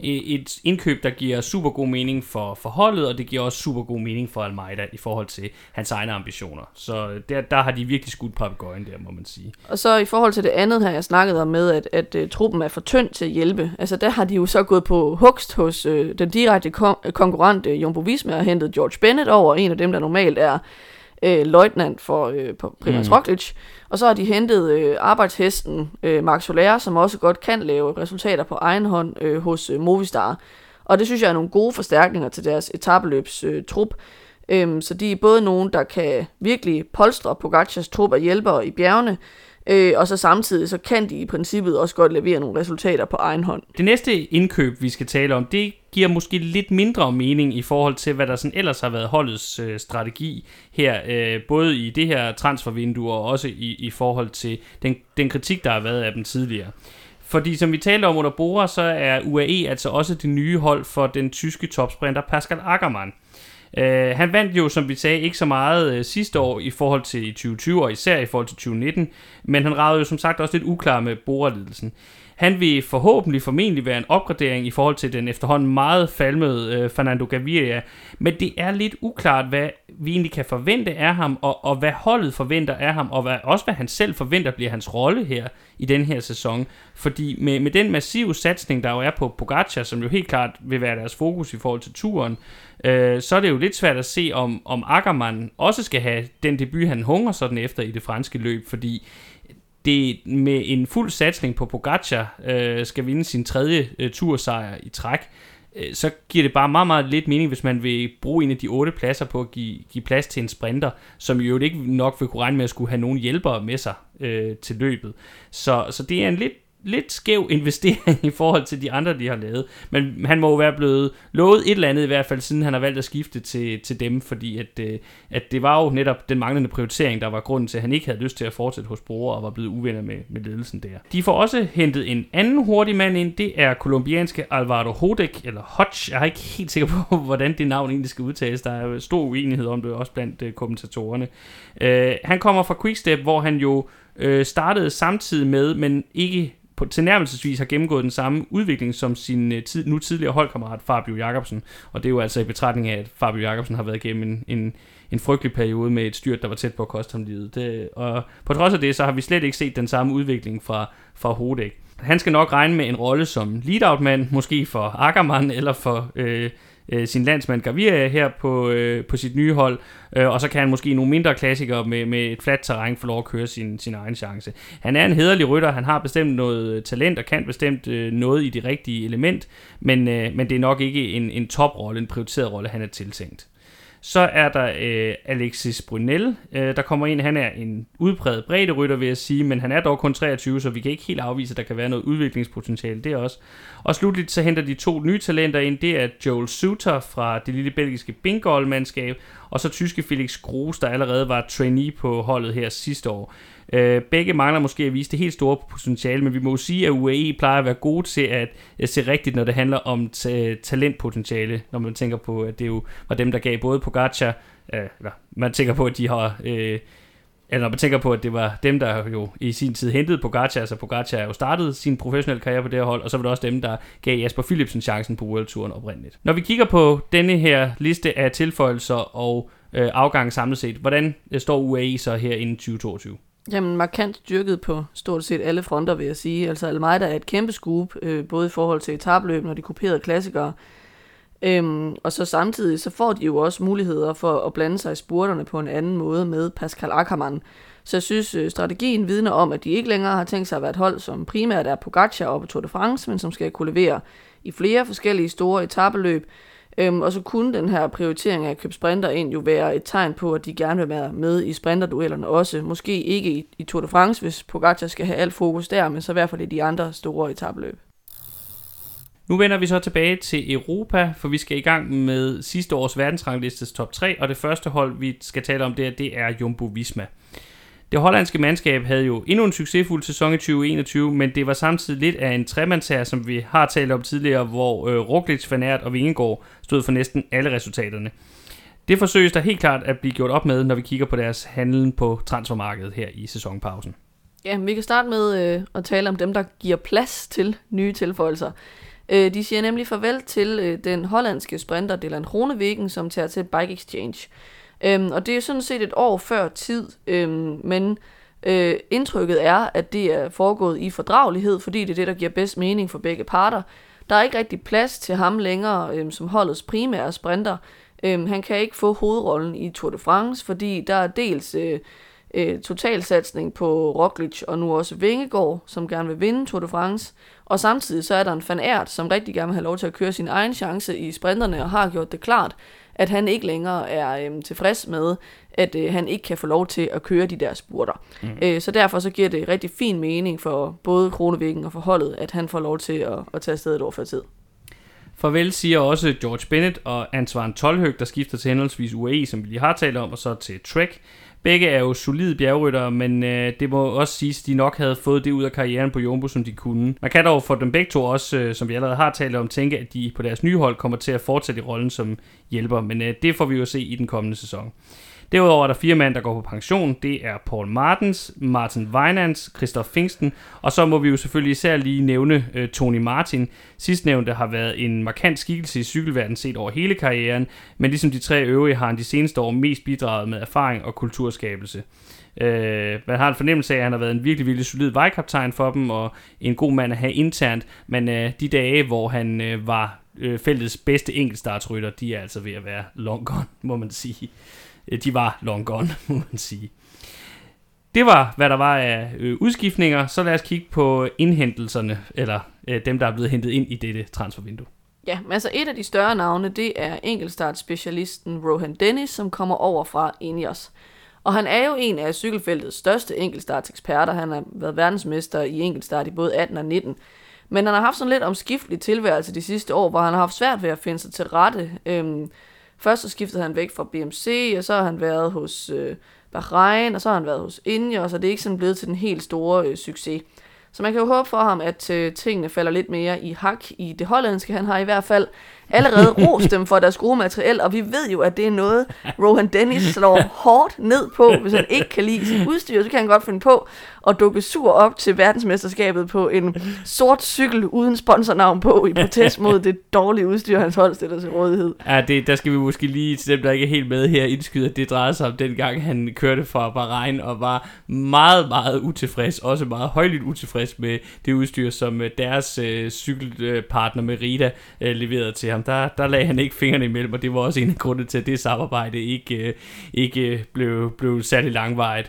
et indkøb, der giver super god mening for holdet, og det giver også super god mening for Almeida i forhold til hans egne ambitioner. Så der har de virkelig skudt papegøjen der, må man sige. Og så i forhold til det andet her, jeg snakkede om med, at truppen er for tynd til at hjælpe. Altså der har de jo så gået på hugst hos den direkte konkurrent Jumbo Visma og hentet George Bennett over, en af dem, der normalt er løjtnant for Primož Roglič. Og så har de hentet arbejdshesten Marc Soler, som også godt kan lave resultater på egen hånd hos Movistar. Og det synes jeg er nogle gode forstærkninger til deres etapeløbs trup. Så de er både nogen, der kan virkelig polstre Pogacars trup af hjælpere i bjergene, og så samtidig så kan de i princippet også godt levere nogle resultater på egen hånd. Det næste indkøb, vi skal tale om, det giver måske lidt mindre mening i forhold til, hvad der sådan ellers har været holdets strategi her, både i det her transfervindue og også i forhold til den kritik, der har været af dem tidligere. Fordi som vi talte om under Bora, så er UAE altså også det nye hold for den tyske topsprinter Pascal Ackermann. Han vandt jo, som vi sagde, ikke så meget sidste år i forhold til i 2020, og især i forhold til 2019, men han ragede jo som sagt også lidt uklar med Bora-lidelsen. Han vil formentlig være en opgradering i forhold til den efterhånden meget falmede Fernando Gaviria, men det er lidt uklart, hvad vi egentlig kan forvente af ham, og hvad holdet forventer af ham, og hvad han selv forventer bliver hans rolle her i den her sæson. Fordi med den massive satsning, der jo er på Pogačar, som jo helt klart vil være deres fokus i forhold til turen, så er det jo lidt svært at se, om Ackermann også skal have den debut, han hungrer sådan efter i det franske løb, fordi det med en fuld satsning på Pogačar skal vinde sin 3. tursejr i træk, så giver det bare meget, meget lidt mening, hvis man vil bruge en af de 8 pladser på at give plads til en sprinter, som jo ikke nok vil kunne regne med at skulle have nogen hjælpere med sig til løbet. Så det er en lidt skæv investering i forhold til de andre, de har lavet. Men han må jo være blevet lovet et eller andet i hvert fald, siden han har valgt at skifte til dem, fordi at det var jo netop den manglende prioritering, der var grunden til, at han ikke havde lyst til at fortsætte hos Bora og var blevet uvenner med ledelsen der. De får også hentet en anden hurtig mand ind, det er kolumbianske Alvaro Hodeg, eller Hodge. Jeg er ikke helt sikker på, hvordan det navn egentlig skal udtales. Der er stor uenighed om det, også blandt kommentatorerne. Han kommer fra Quickstep, hvor han jo startede samtidig med, men ikke tilnærmelsesvis har gennemgået den samme udvikling som sin nu tidligere holdkammerat Fabio Jakobsen, og det er jo altså i betragtning af, at Fabio Jakobsen har været igennem en frygtelig periode med et styrt, der var tæt på at koste ham livet. Og på trods af det, så har vi slet ikke set den samme udvikling fra Hodeg. Han skal nok regne med en rolle som lead-out-mand, måske for Ackermann eller for sin landsmand Gaviria her på sit nye hold, og så kan han måske nogle mindre klassikere med et fladt terræn få lov at køre sin egen chance. Han er en hæderlig rytter, han har bestemt noget talent og kan bestemt noget i det rigtige element, men det er nok ikke en toprolle, en prioriteret rolle, han er tiltænkt. Så er der Alexis Brunel, der kommer ind. Han er en udpræget bredderytter, vil jeg sige, men han er dog kun 23, så vi kan ikke helt afvise, at der kan være noget udviklingspotentiale der også. Og slutligt så henter de 2 nye talenter ind. Det er Joel Suter fra det lille belgiske Bingol-mandskab, og så tyske Felix Groß, der allerede var trainee på holdet her sidste år. Begge mangler måske at vise det helt store potentiale, men vi må jo sige, at UAE plejer at være gode til at se rigtigt, når det handler om talentpotentiale, når man tænker på, at det jo var dem, der gav både Pogačar, man tænker på, at de har, eller når man tænker på, at det var dem, der jo i sin tid hentede Pogačar, altså Pogačar jo startede sin professionelle karriere på det her hold, og så var det også dem, der gav Jasper Philipsen chancen på World Touren oprindeligt. Når vi kigger på denne her liste af tilføjelser og afgang samlet set, hvordan står UAE så her inden 2022? Jamen, markant styrket på stort set alle fronter, vil jeg sige. Altså, Almeida er et kæmpe scoop, både i forhold til etapløb, når de kuperede klassikere. Og så samtidig, så får de jo også muligheder for at blande sig i spurterne på en anden måde med Pascal Ackermann. Så jeg synes, strategien vidner om, at de ikke længere har tænkt sig at være et hold, som primært er Pogačar og på Tour de France, men som skal kunne levere i flere forskellige store etapeløb. Og så kunne den her prioritering af at købe sprinter ind jo være et tegn på, at de gerne vil være med i sprinterduellerne også. Måske ikke i Tour de France, hvis Pogačar skal have alt fokus der, men så i hvert fald i de andre store etapeløb. Nu vender vi så tilbage til Europa, for vi skal i gang med sidste års verdensranglistes top 3, og det første hold, vi skal tale om det er Jumbo Visma. Det hollandske mandskab havde jo endnu en succesfuld sæson i 2021, men det var samtidig lidt af en tremandshær, som vi har talt om tidligere, hvor Roglic, Van Aert og Vingegaard stod for næsten alle resultaterne. Det forsøges der helt klart at blive gjort op med, når vi kigger på deres handlen på transfermarkedet her i sæsonpausen. Ja, vi kan starte med at tale om dem, der giver plads til nye tilføjelser. De siger nemlig farvel til den hollandske sprinter Dylan Groenewegen, som tager til Bike Exchange. Og det er sådan set et år før tid, men indtrykket er, at det er foregået i fordragelighed, fordi det er det, der giver bedst mening for begge parter. Der er ikke rigtig plads til ham længere som holdets primære sprinter. Han kan ikke få hovedrollen i Tour de France, fordi der er dels totalsatsning på Roglic og nu også Vingegaard, som gerne vil vinde Tour de France. Og samtidig så er der en Van Aert, som rigtig gerne vil have lov til at køre sin egen chance i sprinterne, og har gjort det klart, at han ikke længere er tilfreds med, at han ikke kan få lov til at køre de der spurter. Så derfor så giver det rigtig fin mening for både Groenewegen og for holdet, at han får lov til at tage afsted et år før tid. Farvel siger også George Bennett og Antoine Tolhøg, der skifter til henholdsvis UAE, som vi lige har talt om, og så til Trek. Begge er jo solide bjergryttere, men det må også siges, at de nok havde fået det ud af karrieren på Jumbo, som de kunne. Man kan dog for dem begge to også, som vi allerede har talt om, tænke, at de på deres nye hold kommer til at fortsætte i rollen som hjælper, men det får vi jo se i den kommende sæson. Derudover er der 4 mand, der går på pension. Det er Paul Martens, Martin Weinans, Christoph Pfingsten, og så må vi jo selvfølgelig især lige nævne Tony Martin. Sidstnævnte har været en markant skikkelse i cykelverdenen set over hele karrieren, men ligesom de 3 øvrige har han de seneste år mest bidraget med erfaring og kulturskabelse. Man har en fornemmelse af, at han har været en virkelig, virkelig solid vejkaptajn for dem, og en god mand at have internt, men de dage, hvor han var feltets bedste enkeltstartsrytter, de er altså ved at være long gone, må man sige. De var long gone, må man sige. Det var, hvad der var af udskiftninger. Så lad os kigge på indhentelserne, eller dem, der er blevet hentet ind i dette transfervindue. Ja, men altså et af de større navne, det er enkeltstartspecialisten Rohan Dennis, som kommer over fra Ineos. Og han er jo en af cykelfeltets største enkeltstartseksperter. Han har været verdensmester i enkeltstart i både 18 og 19. Men han har haft sådan lidt omskiftelig tilværelse de sidste år, hvor han har haft svært ved at finde sig til rette. Først så skiftede han væk fra BMC, og så har han været hos Bahrain, og så har han været hos Ineos, og det er ikke sådan blevet til den helt store succes. Så man kan jo håbe for ham, at tingene falder lidt mere i hak i det hollandske. Han har i hvert fald allerede rost dem for deres gode materiel, og vi ved jo, at det er noget, Rohan Dennis slår hårdt ned på. Hvis han ikke kan lide sit udstyr, så kan han godt finde på at dukke sur op til verdensmesterskabet på en sort cykel uden sponsornavn på, i protest mod det dårlige udstyr, hans hold stiller til rådighed. Ja, der skal vi måske lige til dem, der ikke er helt med her, indskyde, at det drejer sig om dengang, han kørte fra Bahrain og var meget, meget utilfreds, også meget højlydt utilfreds med det udstyr, som deres cykelpartner Merida leverede til ham. Der lagde han ikke fingrene imellem, og det var også en af grundene til, at det samarbejde ikke blev særlig langvarigt.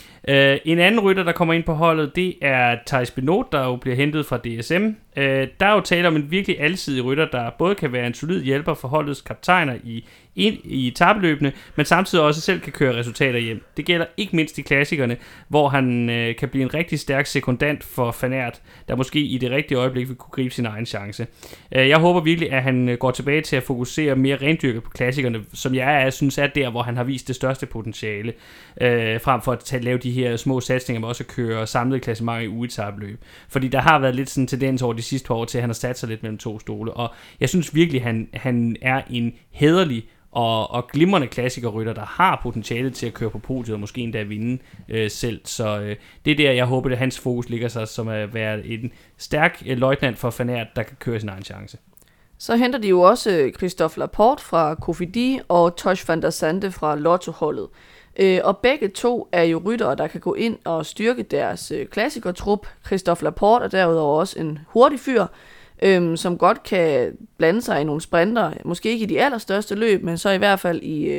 En anden rytter, der kommer ind på holdet, det er Thijs Benoot, der jo bliver hentet fra DSM. Der er jo tale om en virkelig alsidig rytter, der både kan være en solid hjælper for holdets kaptajner i etapeløbene, men samtidig også selv kan køre resultater hjem. Det gælder ikke mindst i klassikerne, hvor han kan blive en rigtig stærk sekundant for Van Aert, der måske i det rigtige øjeblik vil kunne gribe sin egen chance. Jeg håber virkelig, at han går tilbage til at fokusere mere rendyrket på klassikerne, som jeg synes er der, hvor han har vist det største potentiale, frem for at lave de her små satsninger, men også at køre samlet klassement i ugetabeløb. Fordi der har været lidt sådan en tendens over de sidste par år til, at han har sat sig lidt mellem 2 stole, og jeg synes virkelig, han er en hæderlig og glimrende klassikerrytter, der har potentiale til at køre på podiet og måske endda vinde selv. Så det er der, jeg håber, at hans fokus ligger sig, som at være en stærk løjtnant for Van Aert, der kan køre sin egen chance. Så henter de jo også Christophe Laporte fra Cofidis og Tosh van der Sande fra Lotto-holdet. Og begge to er jo ryttere, der kan gå ind og styrke deres klassikertrup. Christophe Laporte er derudover også en hurtig fyr, som godt kan blande sig i nogle sprinter, måske ikke i de allerstørste løb, men så i hvert fald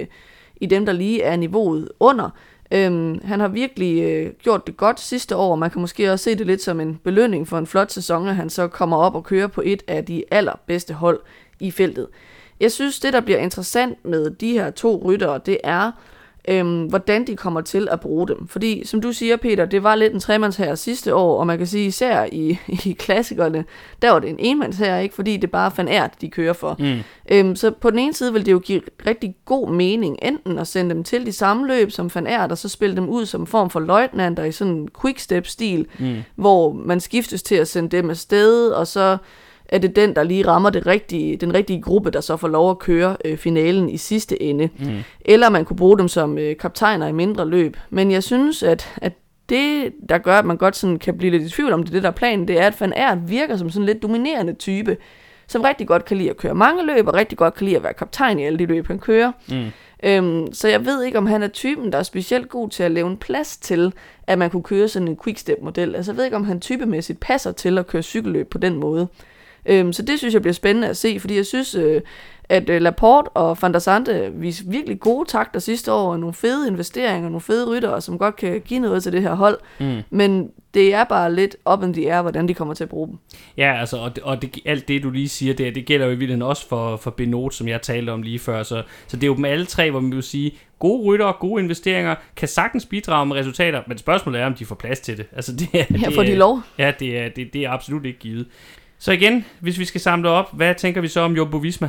i dem, der lige er niveauet under. Han har virkelig gjort det godt sidste år, og man kan måske også se det lidt som en belønning for en flot sæson, at han så kommer op og kører på et af de allerbedste hold i feltet. Jeg synes, det der bliver interessant med de her 2 ryttere, det er, hvordan de kommer til at bruge dem. Fordi, som du siger, Peter, det var lidt en tremandshær sidste år, og man kan sige, især i klassikerne, der var det en enmandshær, ikke? Fordi det bare Van Aert, de kører for. Så på den ene side vil det jo give rigtig god mening, enten at sende dem til de samme løb som Van Aert, og så spille dem ud som en form for løjtnanter i sådan en quickstep-stil, hvor man skiftes til at sende dem afsted, og så er det den, der lige rammer den rigtige gruppe, der så får lov at køre finalen i sidste ende. Eller man kunne bruge dem som kaptajner i mindre løb. Men jeg synes, at det, der gør, at man godt sådan kan blive lidt i tvivl om det der plan, det er, at Van Aert virker som sådan en lidt dominerende type, som rigtig godt kan lide at køre mange løb, og rigtig godt kan lide at være kaptajn i alle de løb, han kører. Så jeg ved ikke, om han er typen, der er specielt god til at lave en plads til, at man kunne køre sådan en quickstep-model. Altså jeg ved ikke, om han typemæssigt passer til at køre cykelløb på den måde. Så det synes jeg bliver spændende at se, fordi jeg synes, at Laporte og Van der Sande viste virkelig gode takter sidste år, og nogle fede investeringer, nogle fede ryttere, som godt kan give noget til det her hold. Men det er bare lidt up in the air, hvordan de kommer til at bruge dem. Ja, altså, alt det, du lige siger, det gælder jo i virkeligheden også for Benoot, som jeg talte om lige før. Så det er jo dem alle 3, hvor man vil sige, gode ryttere, gode investeringer, kan sagtens bidrage med resultater, men spørgsmålet er, om de får plads til det. Altså, får de lov? Ja, det er absolut ikke givet. Så igen, hvis vi skal samle op, hvad tænker vi så om Jumbo Visma?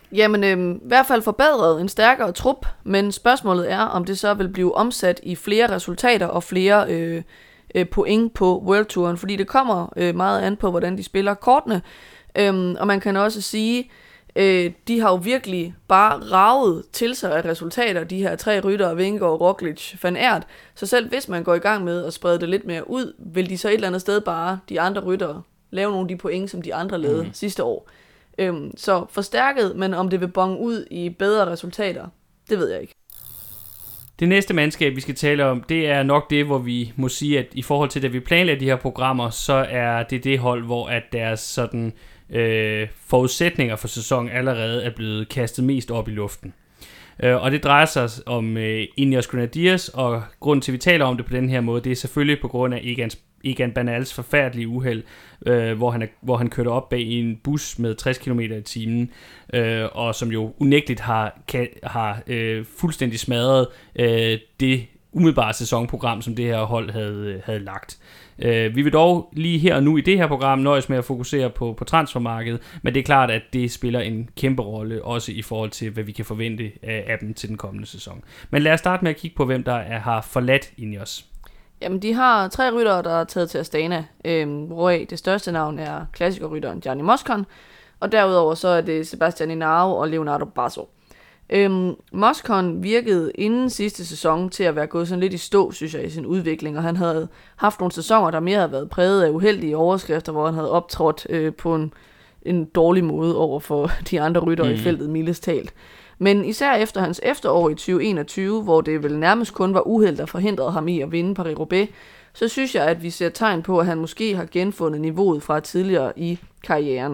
Jamen, i hvert fald forbedret, en stærkere trup, men spørgsmålet er, om det så vil blive omsat i flere resultater og flere point på World Touren, fordi det kommer meget an på, hvordan de spiller kortene, og man kan også sige, de har jo virkelig bare raget til sig af resultater, de her 3 ryttere, Vingegaard, Roglic, Van Aert, så selv hvis man går i gang med at sprede det lidt mere ud, vil de så et eller andet sted bare, de andre ryttere, lave nogle af de point, som de andre lavede sidste år. Så forstærket, men om det vil bonge ud i bedre resultater, det ved jeg ikke. Det næste mandskab, vi skal tale om, det er nok det, hvor vi må sige, at i forhold til, da vi planlægger de her programmer, så er det hold, hvor at deres sådan, forudsætninger for sæsonen allerede er blevet kastet mest op i luften. Og det drejer sig om Ineos Grenadiers, og grunden til, at vi taler om det på den her måde, det er selvfølgelig på grund af Egan Bernals forfærdelige uheld, hvor han kørte op bag i en bus med 60 km i timen, og som jo unægteligt har fuldstændig smadret det umiddelbare sæsonprogram, som det her hold havde lagt. Vi vil dog lige her og nu i det her program nøjes med at fokusere på transfermarkedet, men det er klart, at det spiller en kæmpe rolle, også i forhold til, hvad vi kan forvente af dem til den kommende sæson. Men lad os starte med at kigge på, hvem der har forladt Ineos. Jamen, de har 3 ryttere, der er taget til Astana, hvoraf det største navn er klassikerrytteren Gianni Moscon, og derudover så er det Sebastian Hinao og Leonardo Basso. Moscon virkede inden sidste sæson til at være gået sådan lidt i stå, synes jeg, i sin udvikling, og han havde haft nogle sæsoner, der mere havde været præget af uheldige overskrifter, hvor han havde optrådt på en dårlig måde over for de andre ryttere i feltet, mildest talt. Men især efter hans efterår i 2021, hvor det vel nærmest kun var uheld, der forhindrede ham i at vinde Paris-Roubaix, så synes jeg, at vi ser tegn på, at han måske har genfundet niveauet fra tidligere i karrieren.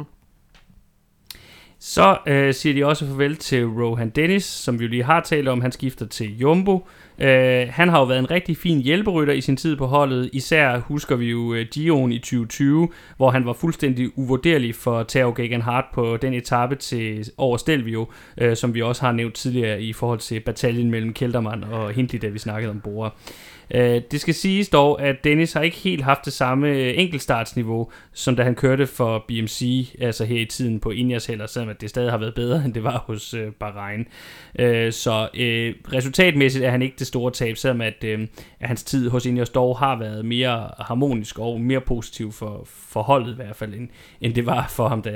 Så siger de også farvel til Rohan Dennis, som vi jo lige har talt om. Han skifter til Jumbo. Han har jo været en rigtig fin hjælperytter i sin tid på holdet. Især husker vi jo Giroen i 2020, hvor han var fuldstændig uvurderlig for Tao Geoghegan Hart på den etape til over Stelvio, som vi også har nævnt tidligere i forhold til bataljen mellem Kelderman og Hindley, da vi snakkede om Bora. Det skal siges dog, at Dennis har ikke helt haft det samme enkeltstartsniveau, som da han kørte for BMC, altså her i tiden på Ineos heller, selvom det stadig har været bedre, end det var hos Bahrain. Så resultatmæssigt er han ikke det store tab, selvom at hans tid hos Ineos dog har været mere harmonisk og mere positiv for holdet i hvert fald, end det var for ham,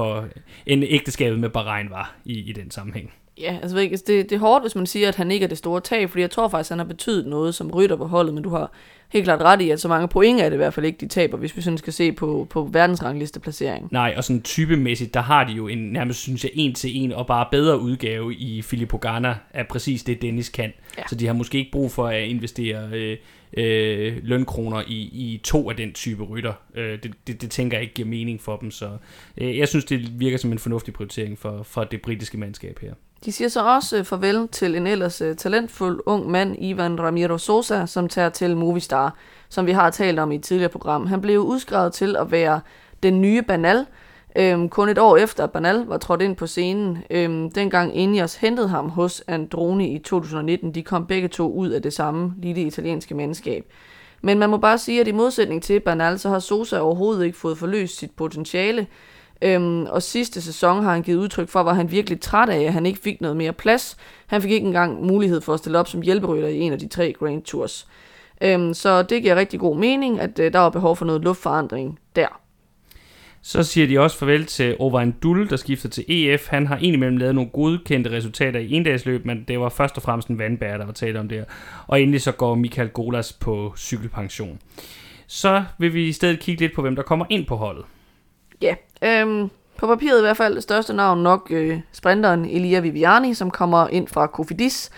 end ægteskabet med Bahrain var i den sammenhæng. Ja, altså det er hårdt, hvis man siger, at han ikke er det store tab, fordi jeg tror faktisk, at han har betydet noget som rytter på holdet, men du har helt klart ret i, at så mange point er det i hvert fald ikke, de taber, hvis vi sådan skal se på verdensranglisteplaceringen. Nej, og sådan typemæssigt, der har de jo nærmest, synes jeg, 1-til-1 og bare bedre udgave i Filippo Ganna af præcis det, Dennis kan. Ja. Så de har måske ikke brug for at investere lønkroner i 2 af den type rytter. Det tænker jeg ikke giver mening for dem, så jeg synes, det virker som en fornuftig prioritering for det britiske mandskab her. De siger så også farvel til en ellers talentfuld ung mand, Ivan Ramiro Sosa, som tager til Movistar, som vi har talt om i et tidligere program. Han blev udskrevet til at være den nye Bernal, kun et år efter at Bernal var trådt ind på scenen. Dengang Ineos hentede ham hos Androni i 2019, de kom begge to ud af det samme lille italienske mandskab. Men man må bare sige, at i modsætning til Bernal, så har Sosa overhovedet ikke fået forløst sit potentiale. Og sidste sæson har han givet udtryk for, var han virkelig træt af, at han ikke fik noget mere plads. Han fik ikke engang mulighed for at stille op som hjælperytter i en af de 3 Grand Tours. Så det giver rigtig god mening, at der var behov for noget luftforandring der. Så siger de også farvel til Owain Dull, der skifter til EF. Han har indimellem lavet nogle godkendte resultater i endagsløb, men det var først og fremmest en vandbærer, der var tale om det. Og endelig så går Michael Golas på cykelpension. Så vil vi i stedet kigge lidt på, hvem der kommer ind på holdet. Ja, på papiret i hvert fald det største navn nok sprinteren Elia Viviani, som kommer ind fra Cofidis,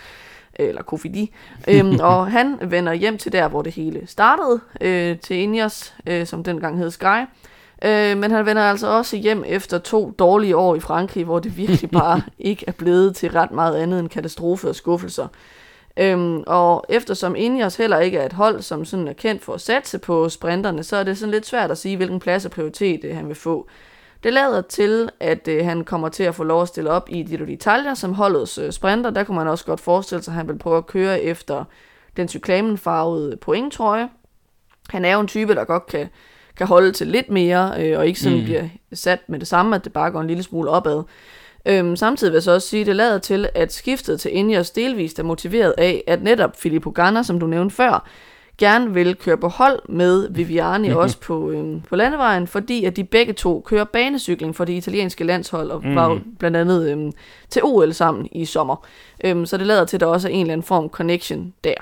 og han vender hjem til der, hvor det hele startede, til Ineos, som dengang hed Sky. Men han vender altså også hjem efter 2 dårlige år i Frankrig, hvor det virkelig bare ikke er blevet til ret meget andet end katastrofe og skuffelser. Og eftersom Ineos heller ikke er et hold, som sådan er kendt for at satse på sprinterne, så er det sådan lidt svært at sige, hvilken plads og prioritet han vil få. Det lader til, at han kommer til at få lov at stille op i Giro d'Italia som holdets sprinter. Der kunne man også godt forestille sig, at han vil prøve at køre efter den cyklamenfarvede pointtrøje. Han er jo en type, der godt kan holde til lidt mere, og ikke sådan bliver sat med det samme, at det bare går en lille smule opad. Samtidig vil jeg så også sige, at det lader til, at skiftet til Ineos delvist er motiveret af, at netop Filippo Ganna, som du nævnte før, gerne vil køre på hold med Viviani også på landevejen, fordi at de begge to kører banecykling for det italienske landshold, og var jo blandt andet til OL sammen i sommer. Så det lader til, at der også er en eller anden form connection der.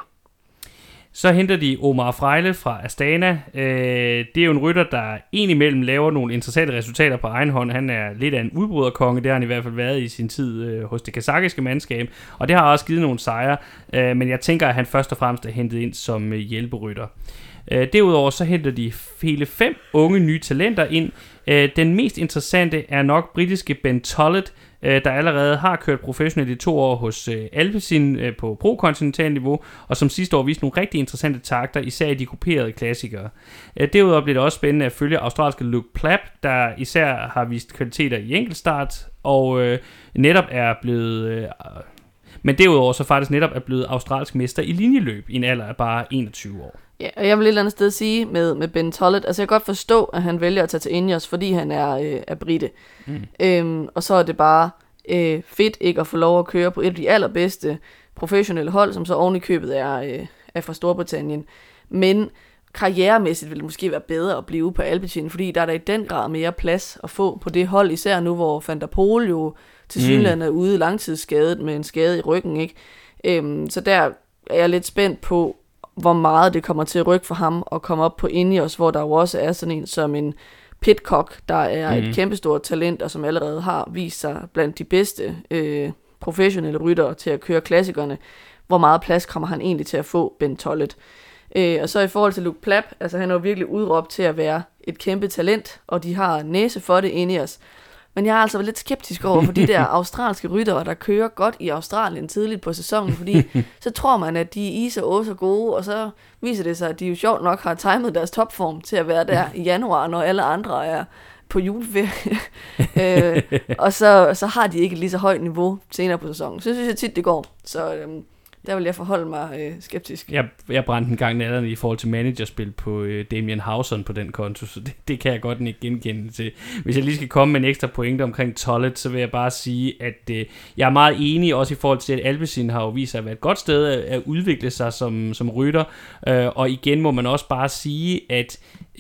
Så henter de Omar Freile fra Astana. Det er jo en rytter, der indimellem laver nogle interessante resultater på egen hånd. Han er lidt af en udbryderkonge, det har han i hvert fald været i sin tid hos det kazakiske mandskab, og det har også givet nogle sejre, men jeg tænker, at han først og fremmest er hentet ind som hjælperytter. Derudover så henter de hele 5 unge nye talenter ind. Den mest interessante er nok britiske Ben Tollett, der allerede har kørt professionelt i 2 år hos Alpecin på pro-kontinental niveau, og som sidste år viste nogle rigtig interessante takter, især i de kuperede klassikere. Derudover bliver det også spændende at følge australske Luke Plapp, der især har vist kvaliteter i enkeltstart, og netop er blevet... men derudover så faktisk netop er blevet australsk mester i linjeløb i en alder af bare 21 år. Ja, og jeg vil et eller andet sted sige med Ben Tollett, altså jeg kan godt forstå, at han vælger at tage til Ineos, fordi han er brite. Og så er det bare fedt ikke at få lov at køre på et af de allerbedste professionelle hold, som så oven i købet er fra Storbritannien. Men karrieremæssigt vil det måske være bedre at blive på Alpecin, fordi der er der i den grad mere plads at få på det hold, især nu, hvor Van der Poel jo til synligheden er ude langtidsskadet med en skade i ryggen, ikke? Så der er jeg lidt spændt på, hvor meget det kommer til at rykke for ham at komme op på Ineos, hvor der jo også er sådan en som en Pidcock, der er et kæmpestort talent, og som allerede har vist sig blandt de bedste professionelle ryttere til at køre klassikerne. Hvor meget plads kommer han egentlig til at få, Ben Tollett? Og så i forhold til Luke Plapp, altså han er jo virkelig udråbt til at være et kæmpe talent, og de har næse for det, Ineos. Men jeg er altså lidt skeptisk over for de der australske ryttere, der kører godt i Australien tidligt på sæsonen, fordi så tror man, at de er så gode, og så viser det sig, at de jo sjovt nok har timet deres topform til at være der i januar, når alle andre er på juleferie. Og så har de ikke lige så højt niveau senere på sæsonen. Så synes jeg tit, det går. Så der vil jeg forholde mig skeptisk. Jeg brændte en gang natterne i forhold til managerspil på Damien Howson på den konto, så det kan jeg godt ikke genkende til. Hvis jeg lige skal komme med en ekstra pointe omkring Tollett, så vil jeg bare sige, at jeg er meget enig også i forhold til, at Alpecin har jo vist sig at være et godt sted at udvikle sig som rytter, og igen må man også bare sige, at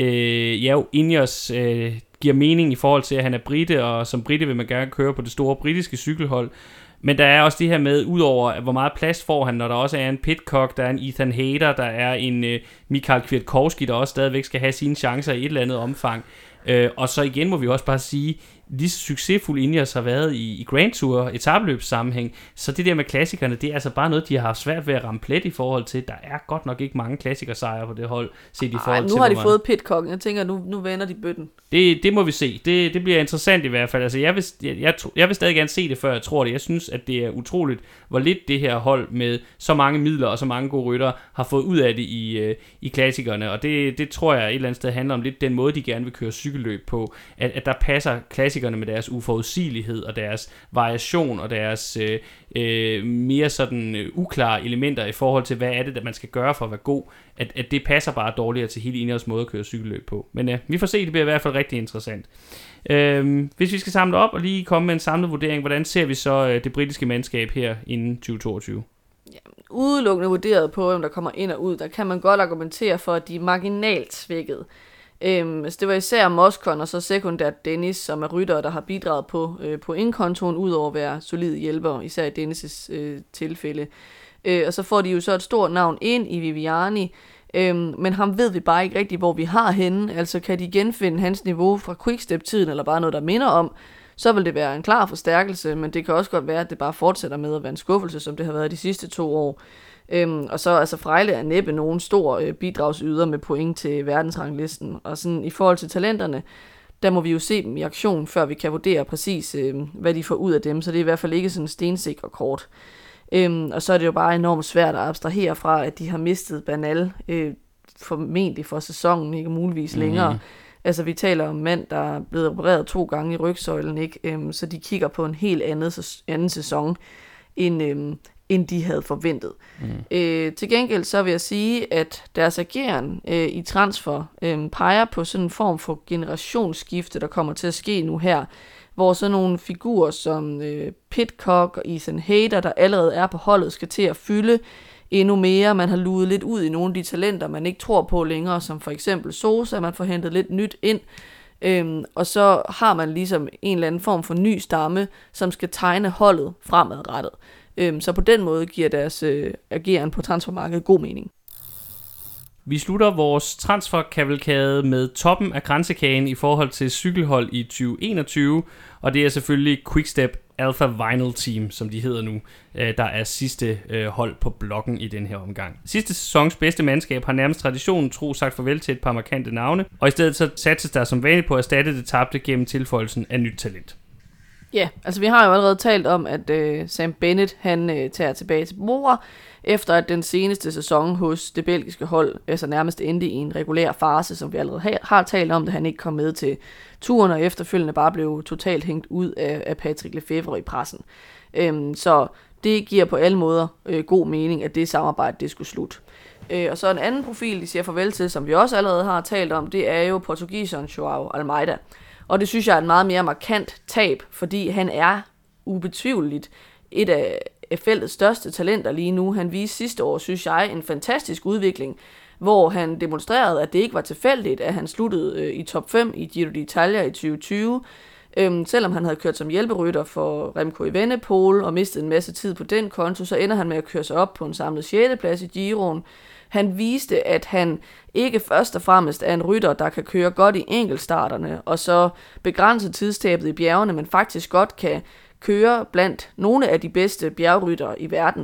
Ineos giver mening i forhold til, at han er brite, og som brite vil man gerne køre på det store britiske cykelhold. Men der er også det her med, udover hvor meget plads får han, når der også er en Pidcock, der er en Ethan Hayter, der er en Michael Kwiatkowski, der også stadigvæk skal have sine chancer i et eller andet omfang. Og så igen må vi også bare sige, lige så succesfuld Ineos har været i Grand Tour, etapløbssammenhæng, så det der med klassikerne, det er altså bare noget, de har haft svært ved at ramme plet i forhold til. Der er godt nok ikke mange klassikersejre på det hold, set i forhold til... Nu har de fået Pidcock, jeg tænker, nu vender de bøtten. Det må vi se. Det bliver interessant i hvert fald. Altså, jeg vil stadig gerne se det, før jeg tror det. Jeg synes, at det er utroligt, hvor lidt det her hold med så mange midler og så mange gode ryttere har fået ud af det i klassikerne. Og det tror jeg et eller andet sted handler om lidt den måde, de gerne vil køre cykelløb på. At der passer klassikerne med deres uforudsigelighed og deres variation og deres mere sådan uklare elementer i forhold til, hvad er det, der man skal gøre for at være god. At det passer bare dårligere til hele Ineos måde at køre cykelløb på. Men vi får se, det bliver i hvert fald rigtig interessant. Hvis vi skal samle op og lige komme med en samlet vurdering, hvordan ser vi så det britiske mandskab her inden 2022? Ja, udelukkende vurderet på, hvem der kommer ind og ud, der kan man godt argumentere for, at de er marginalt svækket. Det var især Moscon og så sekundært Dennis, som er ryttere, der har bidraget på indkontoen, udover at være solide hjælpere, især i Dennis' tilfælde. Og så får de jo så et stort navn ind i Viviani, men ham ved vi bare ikke rigtigt, hvor vi har henne. Altså kan de genfinde hans niveau fra Quickstep-tiden, eller bare noget, der minder om, så vil det være en klar forstærkelse, men det kan også godt være, at det bare fortsætter med at være en skuffelse, som det har været de sidste 2 år. Og så altså Freile er næppe nogen stor bidragsyder med point til verdensranglisten. Og sådan i forhold til talenterne, der må vi jo se dem i aktion, før vi kan vurdere præcis, hvad de får ud af dem. Så det er i hvert fald ikke sådan stensikker kort. Og så er det jo bare enormt svært at abstrahere fra, at de har mistet Bernal formentlig for sæsonen, ikke muligvis længere. Altså vi taler om mand, der er blevet opereret 2 gange i rygsøjlen, ikke? Så de kigger på en helt anden sæson, end end de havde forventet. Til gengæld så vil jeg sige, at deres ageren i transfer peger på sådan en form for generationsskifte, der kommer til at ske nu her, hvor sådan nogle figurer som Pidcock og Ethan Hayter, der allerede er på holdet, skal til at fylde endnu mere. Man har luet lidt ud i nogle af de talenter, man ikke tror på længere, som for eksempel Sosa, man får hentet lidt nyt ind, og så har man ligesom en eller anden form for ny stamme, som skal tegne holdet fremadrettet. Så på den måde giver deres ageren på transfermarkedet god mening. Vi slutter vores transferkavalkade med toppen af kransekagen i forhold til cykelhold i 2021, og det er selvfølgelig Quickstep Alpha Vinyl Team, som de hedder nu, der er sidste hold på blokken i den her omgang. Sidste sæsons bedste mandskab har nærmest traditionen tro sagt farvel til et par markante navne, og i stedet så satses der som vanligt på at erstatte det tabte gennem tilføjelsen af nyt talent. Ja, altså vi har jo allerede talt om, at Sam Bennett, han tager tilbage til Bora, efter at den seneste sæson hos det belgiske hold altså nærmest endte i en regulær fase, som vi allerede har talt om, da han ikke kom med til turen, og efterfølgende bare blev totalt hængt ud af Patrick Lefevre i pressen. Så det giver på alle måder god mening, at det samarbejde det skulle slutte. Og så en anden profil, de siger farvel til, som vi også allerede har talt om, det er jo portugiseren Joao Almeida. Og det synes jeg er en meget mere markant tab, fordi han er ubetvivligt et af feltets største talenter lige nu. Han viste sidste år, synes jeg, en fantastisk udvikling, hvor han demonstrerede, at det ikke var tilfældigt, at han sluttede i top 5 i Giro d'Italia i 2020. Selvom han havde kørt som hjælperytter for Remco Evenepoel og mistet en masse tid på den konto, så ender han med at køre sig op på en samlet 6. plads i Giroen. Han viste, at han ikke først og fremmest er en rytter, der kan køre godt i enkeltstarterne, og så begrænse tidstabet i bjergene, men faktisk godt kan køre blandt nogle af de bedste bjergryttere i verden.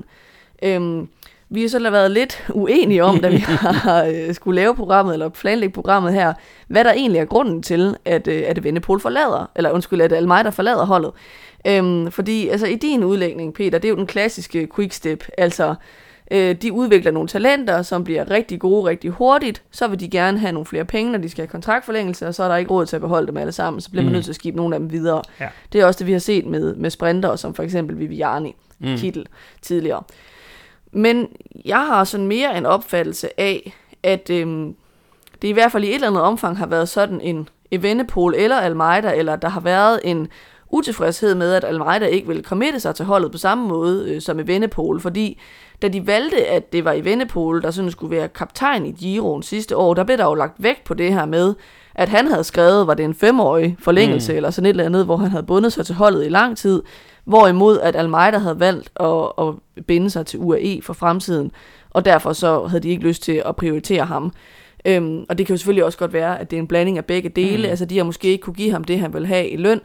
Vi har så været lidt uenige om, da vi har skulle lave programmet, eller planlægge programmet her, hvad der egentlig er grunden til, at Evenepoel forlader, eller undskyld, at Almeida forlader holdet. Fordi altså, i din udlægning, Peter, det er jo den klassiske quickstep, altså de udvikler nogle talenter, som bliver rigtig gode rigtig hurtigt, så vil de gerne have nogle flere penge, når de skal have kontraktforlængelse, og så er der ikke råd til at beholde dem alle sammen, så bliver man nødt til at skifte nogle af dem videre. Ja. Det er også det, vi har set med sprintere, som for eksempel Viviani, Kittel tidligere. Men jeg har sådan mere en opfattelse af, at det i hvert fald i et eller andet omfang har været sådan en Evenepoel eller Almeida, eller der har været en utilfredshed med, at Almeida ikke ville committe sig til holdet på samme måde som Evenepoel, fordi da de valgte, at det var Evenepoel, der sådan skulle være kaptajn i Giroen sidste år, der blev der jo lagt vægt på det her med, at han havde skrevet, var det en 5-årig forlængelse, eller sådan et eller andet, hvor han havde bundet sig til holdet i lang tid, hvorimod at Almeida havde valgt at binde sig til UAE for fremtiden, og derfor så havde de ikke lyst til at prioritere ham. Og det kan jo selvfølgelig også godt være, at det er en blanding af begge dele, altså de har måske ikke kunne give ham det, han ville have i løn,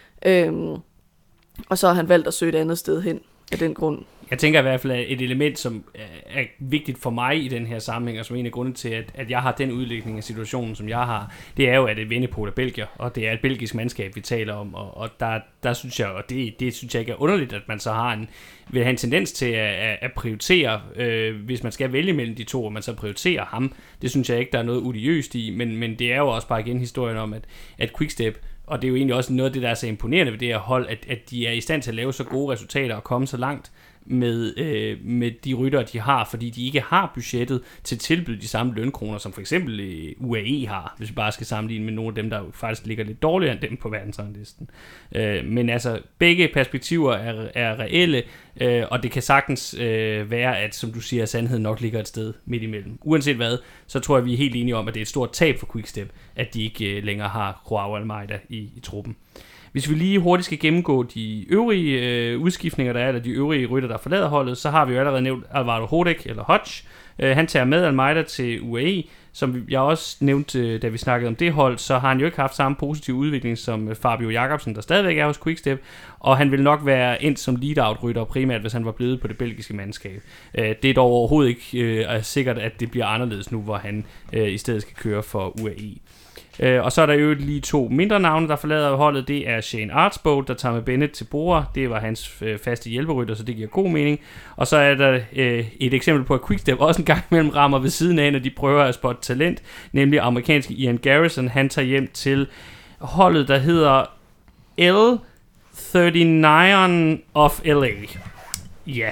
og så har han valgt at søge et andet sted hen af den grund. Jeg tænker i hvert fald, at et element, som er vigtigt for mig i den her sammenhæng, og som en af grunden til, at jeg har den udlægning af situationen, som jeg har, det er jo, at Evenepoel er belgier, og det er et belgisk mandskab, vi taler om, og der synes jeg, og det synes jeg ikke er underligt, at man så vil have en tendens til at prioritere, hvis man skal vælge mellem de to, og man så prioriterer ham. Det synes jeg ikke, der er noget odiøst i, men det er jo også bare igen historien om, at Quickstep, og det er jo egentlig også noget af det, der er så imponerende ved det her hold, at de er i stand til at lave så gode resultater og komme så langt med de ryttere, de har, fordi de ikke har budgettet til at tilbyde de samme lønkroner, som for eksempel UAE har, hvis vi bare skal sammenligne med nogle af dem, der faktisk ligger lidt dårligere end dem på verdensranglisten. Men altså, begge perspektiver er reelle, og det kan sagtens være, at, som du siger, sandheden nok ligger et sted midt imellem. Uanset hvad, så tror jeg, vi er helt enige om, at det er et stort tab for Quickstep, at de ikke længere har Joao Almeida i truppen. Hvis vi lige hurtigt skal gennemgå de øvrige udskiftninger, der er, eller de øvrige rytter, der forlader holdet, så har vi jo allerede nævnt Alvaro Hodek, eller Hodge. Han tager med Almeida til UAE, som jeg også nævnte, da vi snakkede om det hold, så har han jo ikke haft samme positiv udvikling som Fabio Jakobsen, der stadigvæk er hos Quickstep, og han vil nok være endt som lead-out-rytter primært, hvis han var blevet på det belgiske mandskab. Det er dog overhovedet ikke sikkert, at det bliver anderledes nu, hvor han i stedet skal køre for UAE. Og så er der jo lige 2 mindre navne, der forlader holdet. Det er Shane Archbold, der tager med Bennett til Bora. Det var hans faste hjælperytter, så det giver god mening. Og så er der et eksempel på, at Quickstep også en gang imellem rammer ved siden af, når de prøver at spotte talent, nemlig amerikanske Ian Garrison. Han tager hjem til holdet, der hedder L39 of LA. Ja,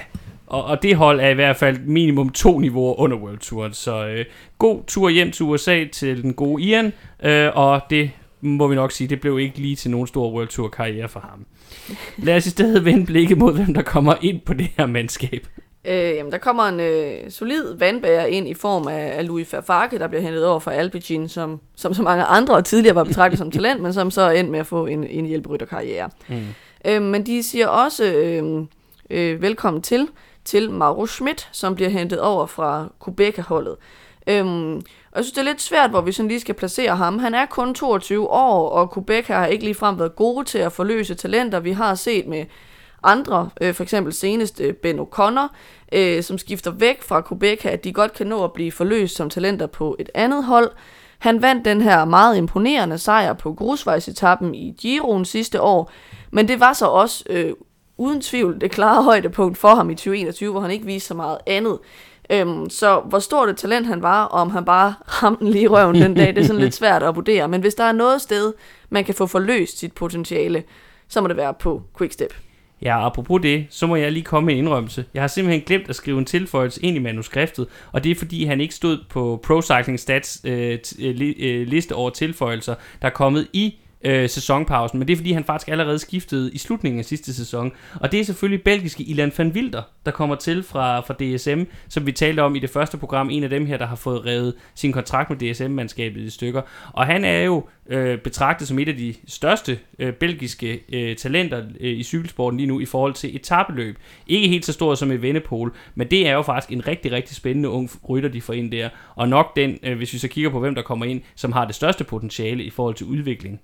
Og det hold er i hvert fald minimum 2 niveauer under World Touren. Så god tur hjem til USA til den gode Ian, og det må vi nok sige, det blev ikke lige til nogen stor World Tour karriere for ham. Lad os i stedet vende blikket mod, hvem der kommer ind på det her mandskab. Jamen, der kommer en solid vandbærer ind i form af Louis Vervaeke, der bliver hentet over fra Alpecin, som så mange andre tidligere var betragtet som talent, men som så er endt med at få en hjælperytterkarriere. Men de siger også velkommen til Mauro Schmidt, som bliver hentet over fra Qhubeka-holdet. Og jeg synes, det er lidt svært, hvor vi sådan lige skal placere ham. Han er kun 22 år, og Qhubeka har ikke ligefrem været gode til at forløse talenter. Vi har set med andre, for eksempel senest Ben O'Connor, som skifter væk fra Qhubeka, at de godt kan nå at blive forløst som talenter på et andet hold. Han vandt den her meget imponerende sejr på grusvejsetappen i Giroen sidste år, men det var så også uden tvivl det klare højdepunkt for ham i 2021, hvor han ikke viste så meget andet. Så hvor stort et talent han var, og om han bare ramte den lige i røven den dag, det er sådan lidt svært at vurdere. Men hvis der er noget sted, man kan få forløst sit potentiale, så må det være på Quickstep. Ja, apropos det, så må jeg lige komme med en indrømmelse. Jeg har simpelthen glemt at skrive en tilføjelse ind i manuskriptet, og det er fordi, han ikke stod på Pro Cycling Stats liste over tilføjelser, der er kommet i sæsonpausen, men det er fordi han faktisk allerede skiftede i slutningen af sidste sæson, og det er selvfølgelig belgiske Ilan van Wilder, der kommer til fra DSM, som vi talte om i det første program, en af dem her, der har fået revet sin kontrakt med DSM-mandskabet i stykker, og han er jo betragtet som et af de største belgiske talenter i cykelsporten lige nu i forhold til etapeløb. Ikke helt så stor som Evenepoel, men det er jo faktisk en rigtig, rigtig spændende ung rytter, de får ind der, og nok den, hvis vi så kigger på hvem der kommer ind, som har det største potentiale i forhold til udvikling.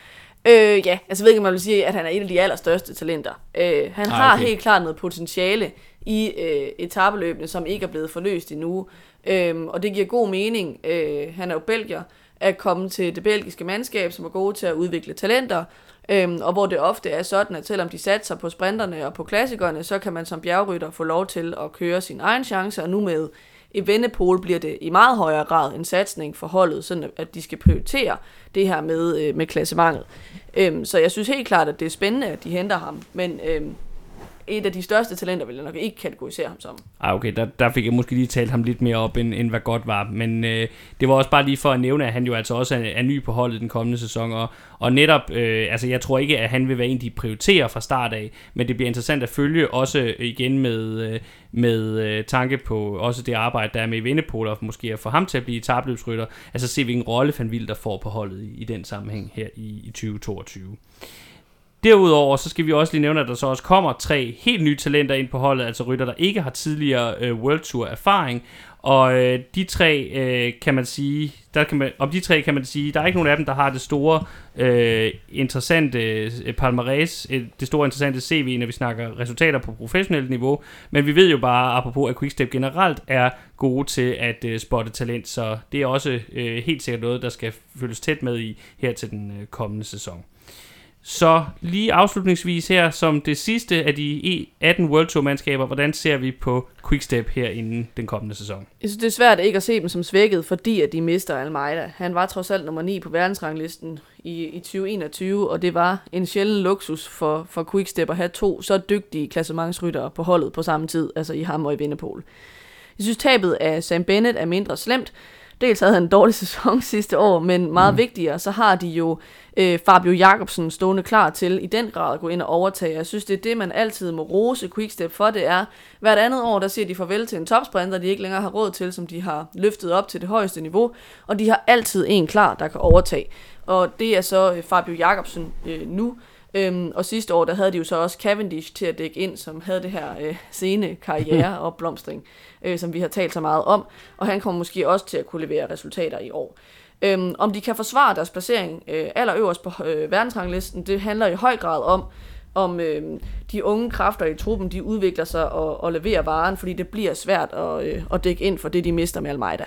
Ja, altså jeg ved ikke, om man vil sige, at han er et af de allerstørste talenter. Han har helt klart noget potentiale i etapeløbene, som ikke er blevet forløst endnu. Og det giver god mening. Han er jo belgier, at komme til det belgiske mandskab, som er gode til at udvikle talenter. Og hvor det ofte er sådan, at selvom de satser på sprinterne og på klassikerne, så kan man som bjergrytter få lov til at køre sin egen chance, og nu med Evenepoel bliver det i meget højere grad en satsning for holdet, sådan at de skal prioritere det her med klassementet. Så jeg synes helt klart, at det er spændende, at de henter ham, men et af de største talenter vil jeg nok ikke kategorisere ham som. Okay, der fik jeg måske lige talt ham lidt mere op, end hvad godt var, men det var også bare lige for at nævne, at han jo altså også er ny på holdet den kommende sæson, og netop, altså jeg tror ikke, at han vil være en, de prioriterer fra start af, men det bliver interessant at følge, også igen med tanke på også det arbejde, der er med Evenepoel, og måske at få ham til at blive etapløbsrytter, altså se hvilken rolle Van Wilder får på holdet i den sammenhæng her i 2022. Derudover så skal vi også lige nævne, at der så også kommer 3 helt nye talenter ind på holdet, altså rytter, der ikke har tidligere World Tour erfaring, og de 3 kan man sige, om de 3 kan man sige, der er ikke nogen af dem, der har det store interessante palmarès, det store interessante CV, når vi snakker resultater på professionelt niveau, men vi ved jo bare, apropos at Quickstep generelt er gode til at spotte talent, så det er også helt sikkert noget, der skal følges tæt med i her til den kommende sæson. Så lige afslutningsvis her, som det sidste af de 18 World Tour-mandskaber, hvordan ser vi på Quickstep her inden den kommende sæson? Jeg synes, det er svært ikke at se dem som svækket, fordi at de mister Almeida. Han var trods alt nummer 9 på verdensranglisten i 2021, og det var en sjælden luksus for Quickstep at have 2 så dygtige klassementsryttere på holdet på samme tid, altså i ham og Evenepoel. Jeg synes, tabet af Sam Bennett er mindre slemt. Dels havde han en dårlig sæson sidste år, men meget vigtigere, så har de jo Fabio Jakobsen stående klar til i den grad at gå ind og overtage. Jeg synes, det er det, man altid må rose Quickstep for, det er. Hvert andet år, der siger de farvel til en topsprinter, de ikke længere har råd til, som de har løftet op til det højeste niveau, og de har altid en klar, der kan overtage. Og det er så Fabio Jakobsen nu. Og sidste år, der havde de jo så også Cavendish til at dække ind, som havde det her sene karriere og blomstring, som vi har talt så meget om, og han kommer måske også til at kunne levere resultater i år. Om de kan forsvare deres placering allerøverst på verdensranglisten, det handler i høj grad om de unge kræfter i truppen, de udvikler sig og leverer varen, fordi det bliver svært at dække ind for det, de mister med Almeida.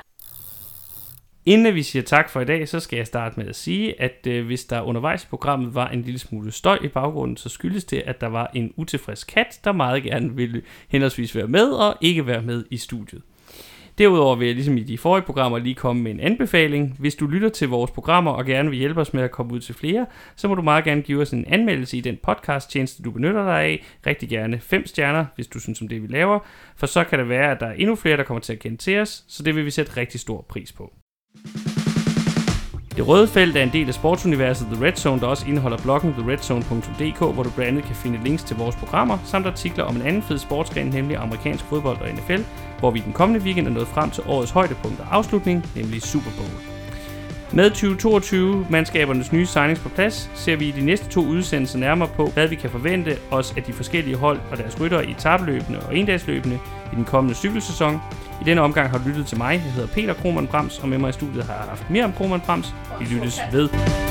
Inden vi siger tak for i dag, så skal jeg starte med at sige, at hvis der undervejs i programmet var en lille smule støj i baggrunden, så skyldes det, at der var en utilfreds kat, der meget gerne ville henholdsvis være med og ikke være med i studiet. Derudover vil jeg ligesom i de forrige programmer lige komme med en anbefaling. Hvis du lytter til vores programmer og gerne vil hjælpe os med at komme ud til flere, så må du meget gerne give os en anmeldelse i den podcast-tjeneste, du benytter dig af. Rigtig gerne 5 stjerner, hvis du synes om det, vi laver. For så kan det være, at der er endnu flere, der kommer til at kende til os, så det vil vi sætte rigtig stor pris på. Det røde felt er en del af sportsuniverset The Red Zone, der også indeholder bloggen theredzone.dk, hvor du blandt andet kan finde links til vores programmer, samt artikler om en anden fed sportsgren, nemlig amerikansk fodbold og NFL, hvor vi den kommende weekend er nået frem til årets højdepunkt og afslutning, nemlig Super Bowl. Med 2022-mandskabernes nye signings på plads, ser vi i de næste 2 udsendelser nærmere på, hvad vi kan forvente os af de forskellige hold og deres ryttere i etapeløbene og endagsløbene i den kommende cykelsæson. I denne omgang har du lyttet til mig. Jeg hedder Peter Krohmann Brams, og med mig i studiet har jeg haft Miriam Krohmann Brams. Vi lyttes ved.